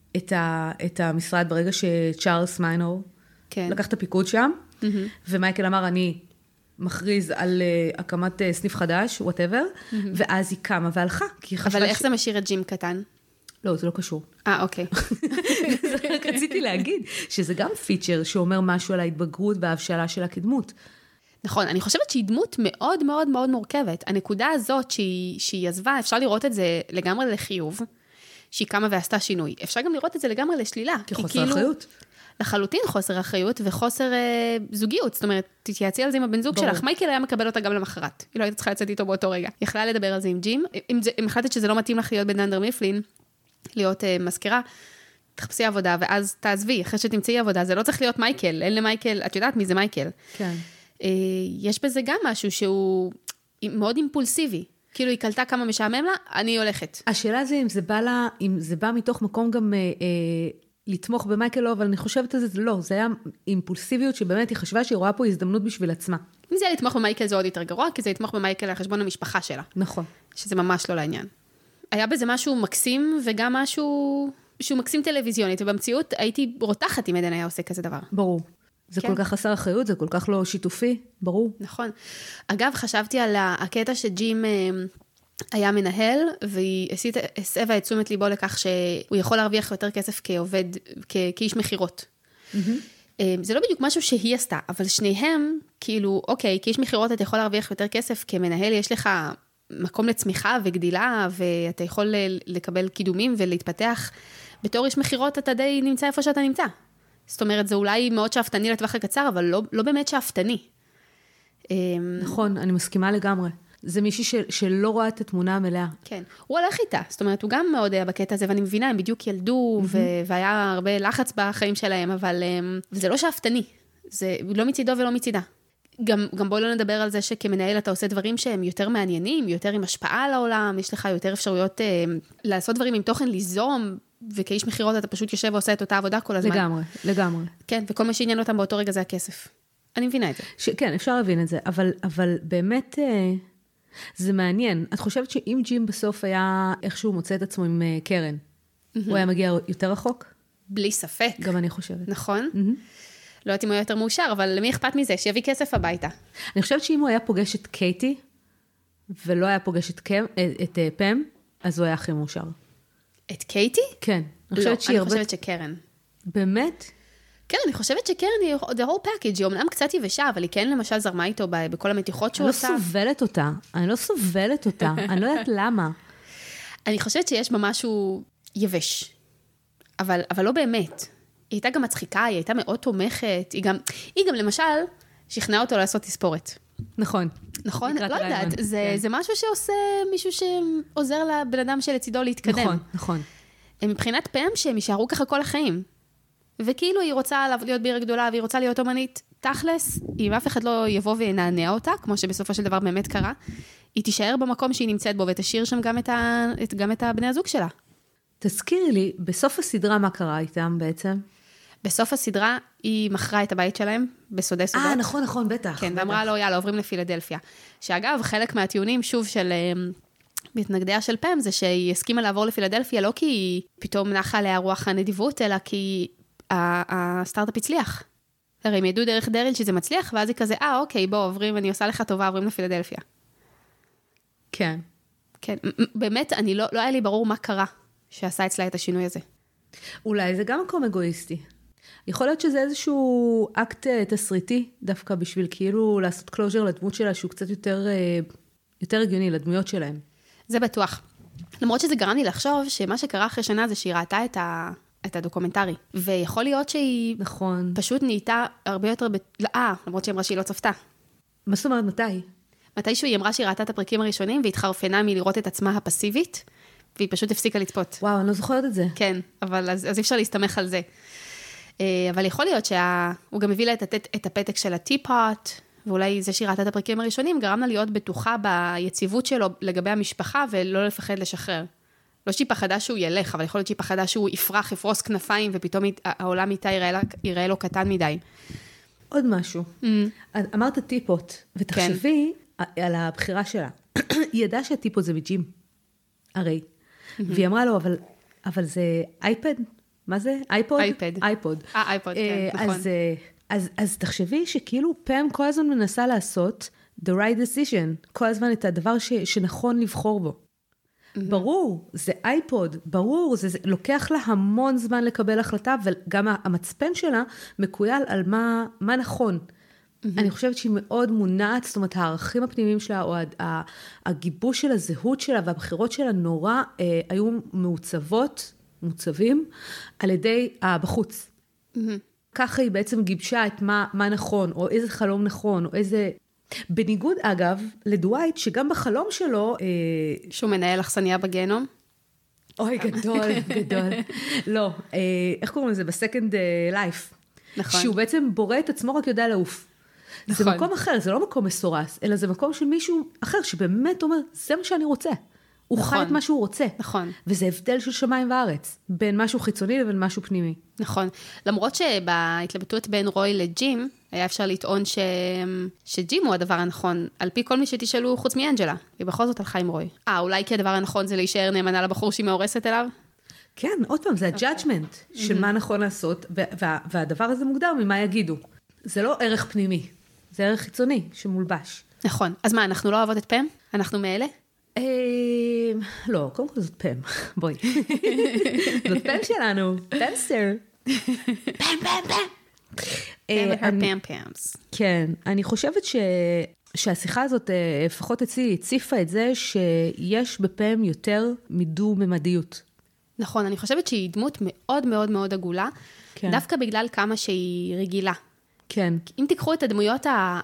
את המשרד ברגע שצ'ארלס מיינור לקח את הפיקוד שם, ומייקל אמר, אני מכריז על הקמת סניף חדש, whatever, ואז היא קמה והלכה. אבל איך זה משאיר את ג'ים קטן? לא, זה לא קשור. אה, אוקיי. רק רציתי להגיד שזה גם פיצ'ר שאומר משהו על ההתבגרות וההבשלה של הקדמות. נכון, אני חושבת שהיא דמות מאוד מאוד מאוד מורכבת. הנקודה הזאת שהיא, שהיא עזבה, אפשר לראות את זה לגמרי לחיוב, שהיא קמה ועשתה שינוי. אפשר גם לראות את זה לגמרי לשלילה. כחוסר כאילו, אחריות. לחלוטין חוסר אחריות וחוסר אה, זוגיות. זאת אומרת, תתייעצי על זה עם הבן זוג שלך. מייקל היה מקבל אותה גם למחרת. היא לא הייתה צריכה לצאת איתו באותו רגע. היא יכלה לדבר על זה עם ג'ים. אם, זה, אם החלטת שזה לא מתאים לך להיות בדנדר מיפלין, להיות אה, מזכירה, תחפשי עבודה, ואז תעזבי, אחרי שתמצאי עבודה. זה לא צריך להיות מייקל. אין למייקל, את יודעת מי זה מייקל. כן. יש בזה גם משהו שהוא מאוד אימפולסיבי. כאילו היא קלטה כמה משעמם לה, אני הולכת. השאלה זה אם זה בא לה, אם זה בא מתוך מקום גם אה, אה, לתמוך במייקל, לא, אבל אני חושבת על זה, לא, זה היה אימפולסיביות שבאמת היא חשבה שהיא רואה פה הזדמנות בשביל עצמה. אם זה היה לתמוך במייקל זה עוד יותר גרוע, כי זה לתמוך במייקל על חשבון המשפחה שלה. נכון. שזה ממש לא לעניין. היה בזה משהו מקסים וגם משהו שהוא מקסים טלוויזיונית, ובמציאות הייתי רותחת אם עדן היה עושה כזה דבר. ברור. זה כן. כל כך חסר אחריות, זה כל כך לא שיתופי, ברור. נכון. אגב, חשבתי על הקטע שג'ים היה מנהל, והיא הסבה את תשומת ליבו לכך שהוא יכול להרוויח יותר כסף כעובד, כ- כאיש מחירות. Mm-hmm. זה לא בדיוק משהו שהיא עשתה, אבל שניהם, כאילו, אוקיי, כאיש מחירות אתה יכול להרוויח יותר כסף, כמנהל יש לך מקום לצמיחה וגדילה, ואתה יכול לקבל קידומים ולהתפתח. בתור איש מחירות אתה די נמצא איפה שאתה נמצא. זאת אומרת, זה אולי מאוד שאפתני לטווח הקצר, אבל לא, לא באמת שאפתני. נכון, אני מסכימה לגמרי. זה מישהי של, שלא רואה את התמונה המלאה. כן, הוא הולך איתה, זאת אומרת, הוא גם מאוד היה בקטע הזה, ואני מבינה, הם בדיוק ילדו, ו- והיה הרבה לחץ בחיים שלהם, אבל זה לא שאפתני. זה לא מצידו ולא מצידה. גם, גם בואו לא נדבר על זה שכמנהל אתה עושה דברים שהם יותר מעניינים, יותר עם השפעה על העולם, יש לך יותר אפשרויות אה, לעשות דברים עם תוכן, ליזום, וכאיש מחירות אתה פשוט יושב ועושה את אותה עבודה כל הזמן. לגמרי, לגמרי. כן, וכל מה שעניין אותם באותו רגע זה הכסף. אני מבינה את זה. ש- כן, אפשר להבין את זה, אבל, אבל באמת אה, זה מעניין. את חושבת שאם ג'ים בסוף היה איכשהו מוצא את עצמו עם אה, קרן, mm-hmm. הוא היה מגיע יותר רחוק? בלי ספק. גם אני חושבת. נכון? Mm-hmm. לא יודעת אם הוא היה יותר מאושר, אבל למי אכפת מזה? שיביא כסף הביתה. אני חושבת שאם הוא היה פוגש את קייטי, ולא היה פוגש את, קם, את, את פם, אז הוא היה הכי מאושר. את קייטי? כן. אני לא, אני הרבה... חושבת שקרן. באמת? כן, אני חושבת שקרן היא the whole package, היא אומנם קצת יבשה, אבל היא כן למשל זרמה איתו בכל המתיחות שהוא עושה. אני לא סובלת אותה, אני לא סובלת אותה, אני לא יודעת למה. אני חושבת שיש בה משהו יבש, אבל, אבל לא באמת. היא הייתה גם מצחיקה, היא הייתה מאוד תומכת, היא גם, היא גם למשל שכנעה אותו לעשות תספורת. נכון. נכון? לא יודעת, זה, זה משהו שעושה מישהו שעוזר לבן אדם שלצידו להתקדם. נכון, נכון. מבחינת פם שהם יישארו ככה כל החיים. וכאילו היא רוצה להיות בעיר גדולה, והיא רוצה להיות אומנית, תכלס, אם אף אחד לא יבוא וינענע אותה, כמו שבסופו של דבר באמת קרה, היא תישאר במקום שהיא נמצאת בו, ותשאיר שם גם את, ה, גם את הבני הזוג שלה. תזכירי לי, בסוף הסדרה מה קרה איתם בעצם? בסוף הסדרה היא מכרה את הבית שלהם, בסודי סודות. אה, נכון, נכון, בטח. כן, ואמרה לו, יאללה, עוברים לפילדלפיה. שאגב, חלק מהטיעונים, שוב, של מתנגדיה של פם, זה שהיא הסכימה לעבור לפילדלפיה, לא כי פתאום נחה עליה רוח הנדיבות, אלא כי הסטארט-אפ הצליח. הרי הם ידעו דרך דריל שזה מצליח, ואז היא כזה, אה, אוקיי, בוא, עוברים, אני עושה לך טובה, עוברים לפילדלפיה. כן. כן, באמת, אני לא, לא היה לי ברור מה קרה שעשה אצלה את השינוי הזה. אולי זה גם מקום אגואיסטי. יכול להיות שזה איזשהו אקט תסריטי, דווקא בשביל כאילו לעשות קלוז'ר לדמות שלה, שהוא קצת יותר, יותר הגיוני, לדמויות שלהם. זה בטוח. למרות שזה גרם לי לחשוב שמה שקרה אחרי שנה זה שהיא ראתה את ה... את הדוקומנטרי, ויכול להיות שהיא נכון. פשוט נהייתה הרבה יותר, ב... אה, למרות שהיא אמרה שהיא לא צפתה. מה זאת אומרת, מתי? מתישהו היא אמרה שהיא ראתה את הפרקים הראשונים, והתחרפנה מלראות את עצמה הפסיבית, והיא פשוט הפסיקה לצפות. וואו, אני לא זוכרת את זה. כן, אבל אז, אז אי אפשר להסתמך על זה. אבל יכול להיות שהוא גם הביא לה את, את, את הפתק של הטי-פוט, ואולי זה שהיא ראתה את הפרקים הראשונים, גרם לה להיות בטוחה ביציבות שלו לגבי המשפחה, ולא לפחד לשחרר. לא שהיא פחדה שהוא ילך, אבל יכול להיות שהיא פחדה שהוא יפרח, יפרוס כנפיים, ופתאום העולם איתה יראה, יראה לו קטן מדי. עוד משהו. Mm. אמרת טיפות, ותחשבי כן. על הבחירה שלה. היא ידעה שהטיפו זה מג'ים, הרי. והיא אמרה לו, אבל, אבל זה אייפד? מה זה? אייפוד? אייפד. אייפוד. אה, אייפוד, כן, נכון. אז, אז, אז תחשבי שכאילו פם כל הזמן מנסה לעשות the right decision, כל הזמן את הדבר ש, שנכון לבחור בו. ברור, זה אייפוד, ברור, זה, זה לוקח לה המון זמן לקבל החלטה, וגם המצפן שלה מקוייל על מה, מה נכון. אני חושבת שהיא מאוד מונעת, זאת אומרת, הערכים הפנימיים שלה, או הגיבוש של הזהות שלה, והבחירות שלה נורא אה, היו מעוצבות, מוצבים, על ידי הבחוץ. ככה היא בעצם גיבשה את מה, מה נכון, או איזה חלום נכון, או איזה... בניגוד, אגב, לדווייט, שגם בחלום שלו... אה... שהוא מנהל אכסניה בגיהנום? אוי, גדול, גדול. לא, אה, איך קוראים לזה? בסקנד לייף. נכון. שהוא בעצם בורא את עצמו, רק יודע לעוף. נכון. זה מקום אחר, זה לא מקום מסורס, אלא זה מקום של מישהו אחר, שבאמת אומר, זה מה שאני רוצה. הוא נכון. חי את מה שהוא רוצה. נכון. וזה הבדל של שמיים וארץ, בין משהו חיצוני לבין משהו פנימי. נכון. למרות שבהתלבטות בין רוי לג'ים, היה אפשר לטעון ש... שג'ים הוא הדבר הנכון, על פי כל מי שתשאלו חוץ מאנג'לה. היא בכל זאת הלכה עם רוי. אה, אולי כי הדבר הנכון זה להישאר נאמנה לבחור שהיא מאורסת אליו? כן, עוד פעם, זה הג'אג'מנט של מה נכון לעשות, וה... והדבר הזה מוגדר ממה יגידו. זה לא ערך פנימי, זה ערך חיצוני שמולבש. נכון. אז מה, אנחנו לא אוהבות את פם? אנחנו מאלה? לא, קודם כל זאת פם, בואי. זאת פם שלנו, פמסטר. פם, פם, פם. פם her פם פמס. כן, אני חושבת שהשיחה הזאת, לפחות אצלי, הציפה את זה שיש בפם יותר מדו-ממדיות. נכון, אני חושבת שהיא דמות מאוד מאוד מאוד עגולה, דווקא בגלל כמה שהיא רגילה. כן. אם תיקחו את הדמויות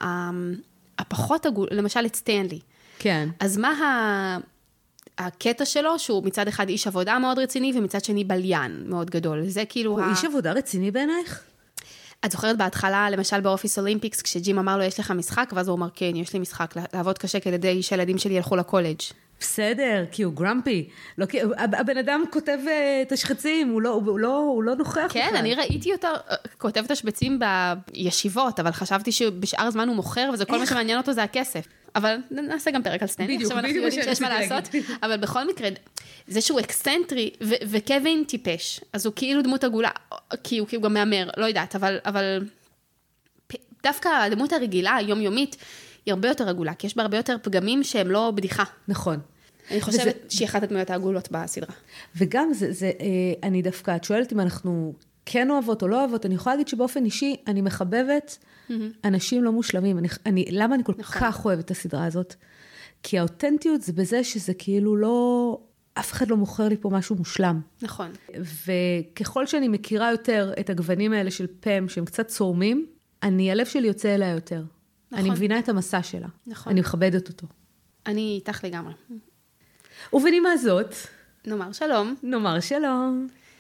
הפחות עגול, למשל את סטנלי. כן. אז מה ה... הקטע שלו, שהוא מצד אחד איש עבודה מאוד רציני, ומצד שני בליין מאוד גדול. זה כאילו... הוא ה... איש עבודה רציני בעינייך? את זוכרת בהתחלה, למשל באופיס אולימפיקס, כשג'ים אמר לו, יש לך משחק, ואז הוא אמר, כן, יש לי משחק, לעבוד קשה כדי שהילדים שלי ילכו לקולג'. בסדר, כי הוא גרמפי. לא, כי... הבן אדם כותב את השחצים, הוא לא, הוא לא, הוא לא נוכח. כן, בכלל. אני ראיתי אותו, כותב את השבצים בישיבות, אבל חשבתי שבשאר הזמן הוא מוכר, וזה כל מה שמעניין אותו זה הכסף. אבל נעשה גם פרק על סטנלי, עכשיו אנחנו יודעים שיש מה לעשות, אבל בכל מקרה, זה שהוא אקסצנטרי, וקווין טיפש, אז הוא כאילו דמות עגולה, כי הוא גם מאמר, לא יודעת, אבל דווקא הדמות הרגילה, היומיומית, היא הרבה יותר עגולה, כי יש בה הרבה יותר פגמים שהם לא בדיחה. נכון. אני חושבת שהיא אחת הדמויות העגולות בסדרה. וגם זה, אני דווקא, את שואלת אם אנחנו כן אוהבות או לא אוהבות, אני יכולה להגיד שבאופן אישי, אני מחבבת אנשים לא מושלמים. אני, אני, למה אני כל נכון. כך אוהבת את הסדרה הזאת? כי האותנטיות זה בזה שזה כאילו לא, אף אחד לא מוכר לי פה משהו מושלם. נכון. וככל שאני מכירה יותר את הגוונים האלה של פם, שהם קצת צורמים, אני, הלב שלי יוצא אליה יותר. נכון. אני מבינה את המסע שלה. נכון. אני מכבדת אותו. אני איתך לגמרי. ובנימה זאת, נאמר שלום. נאמר שלום.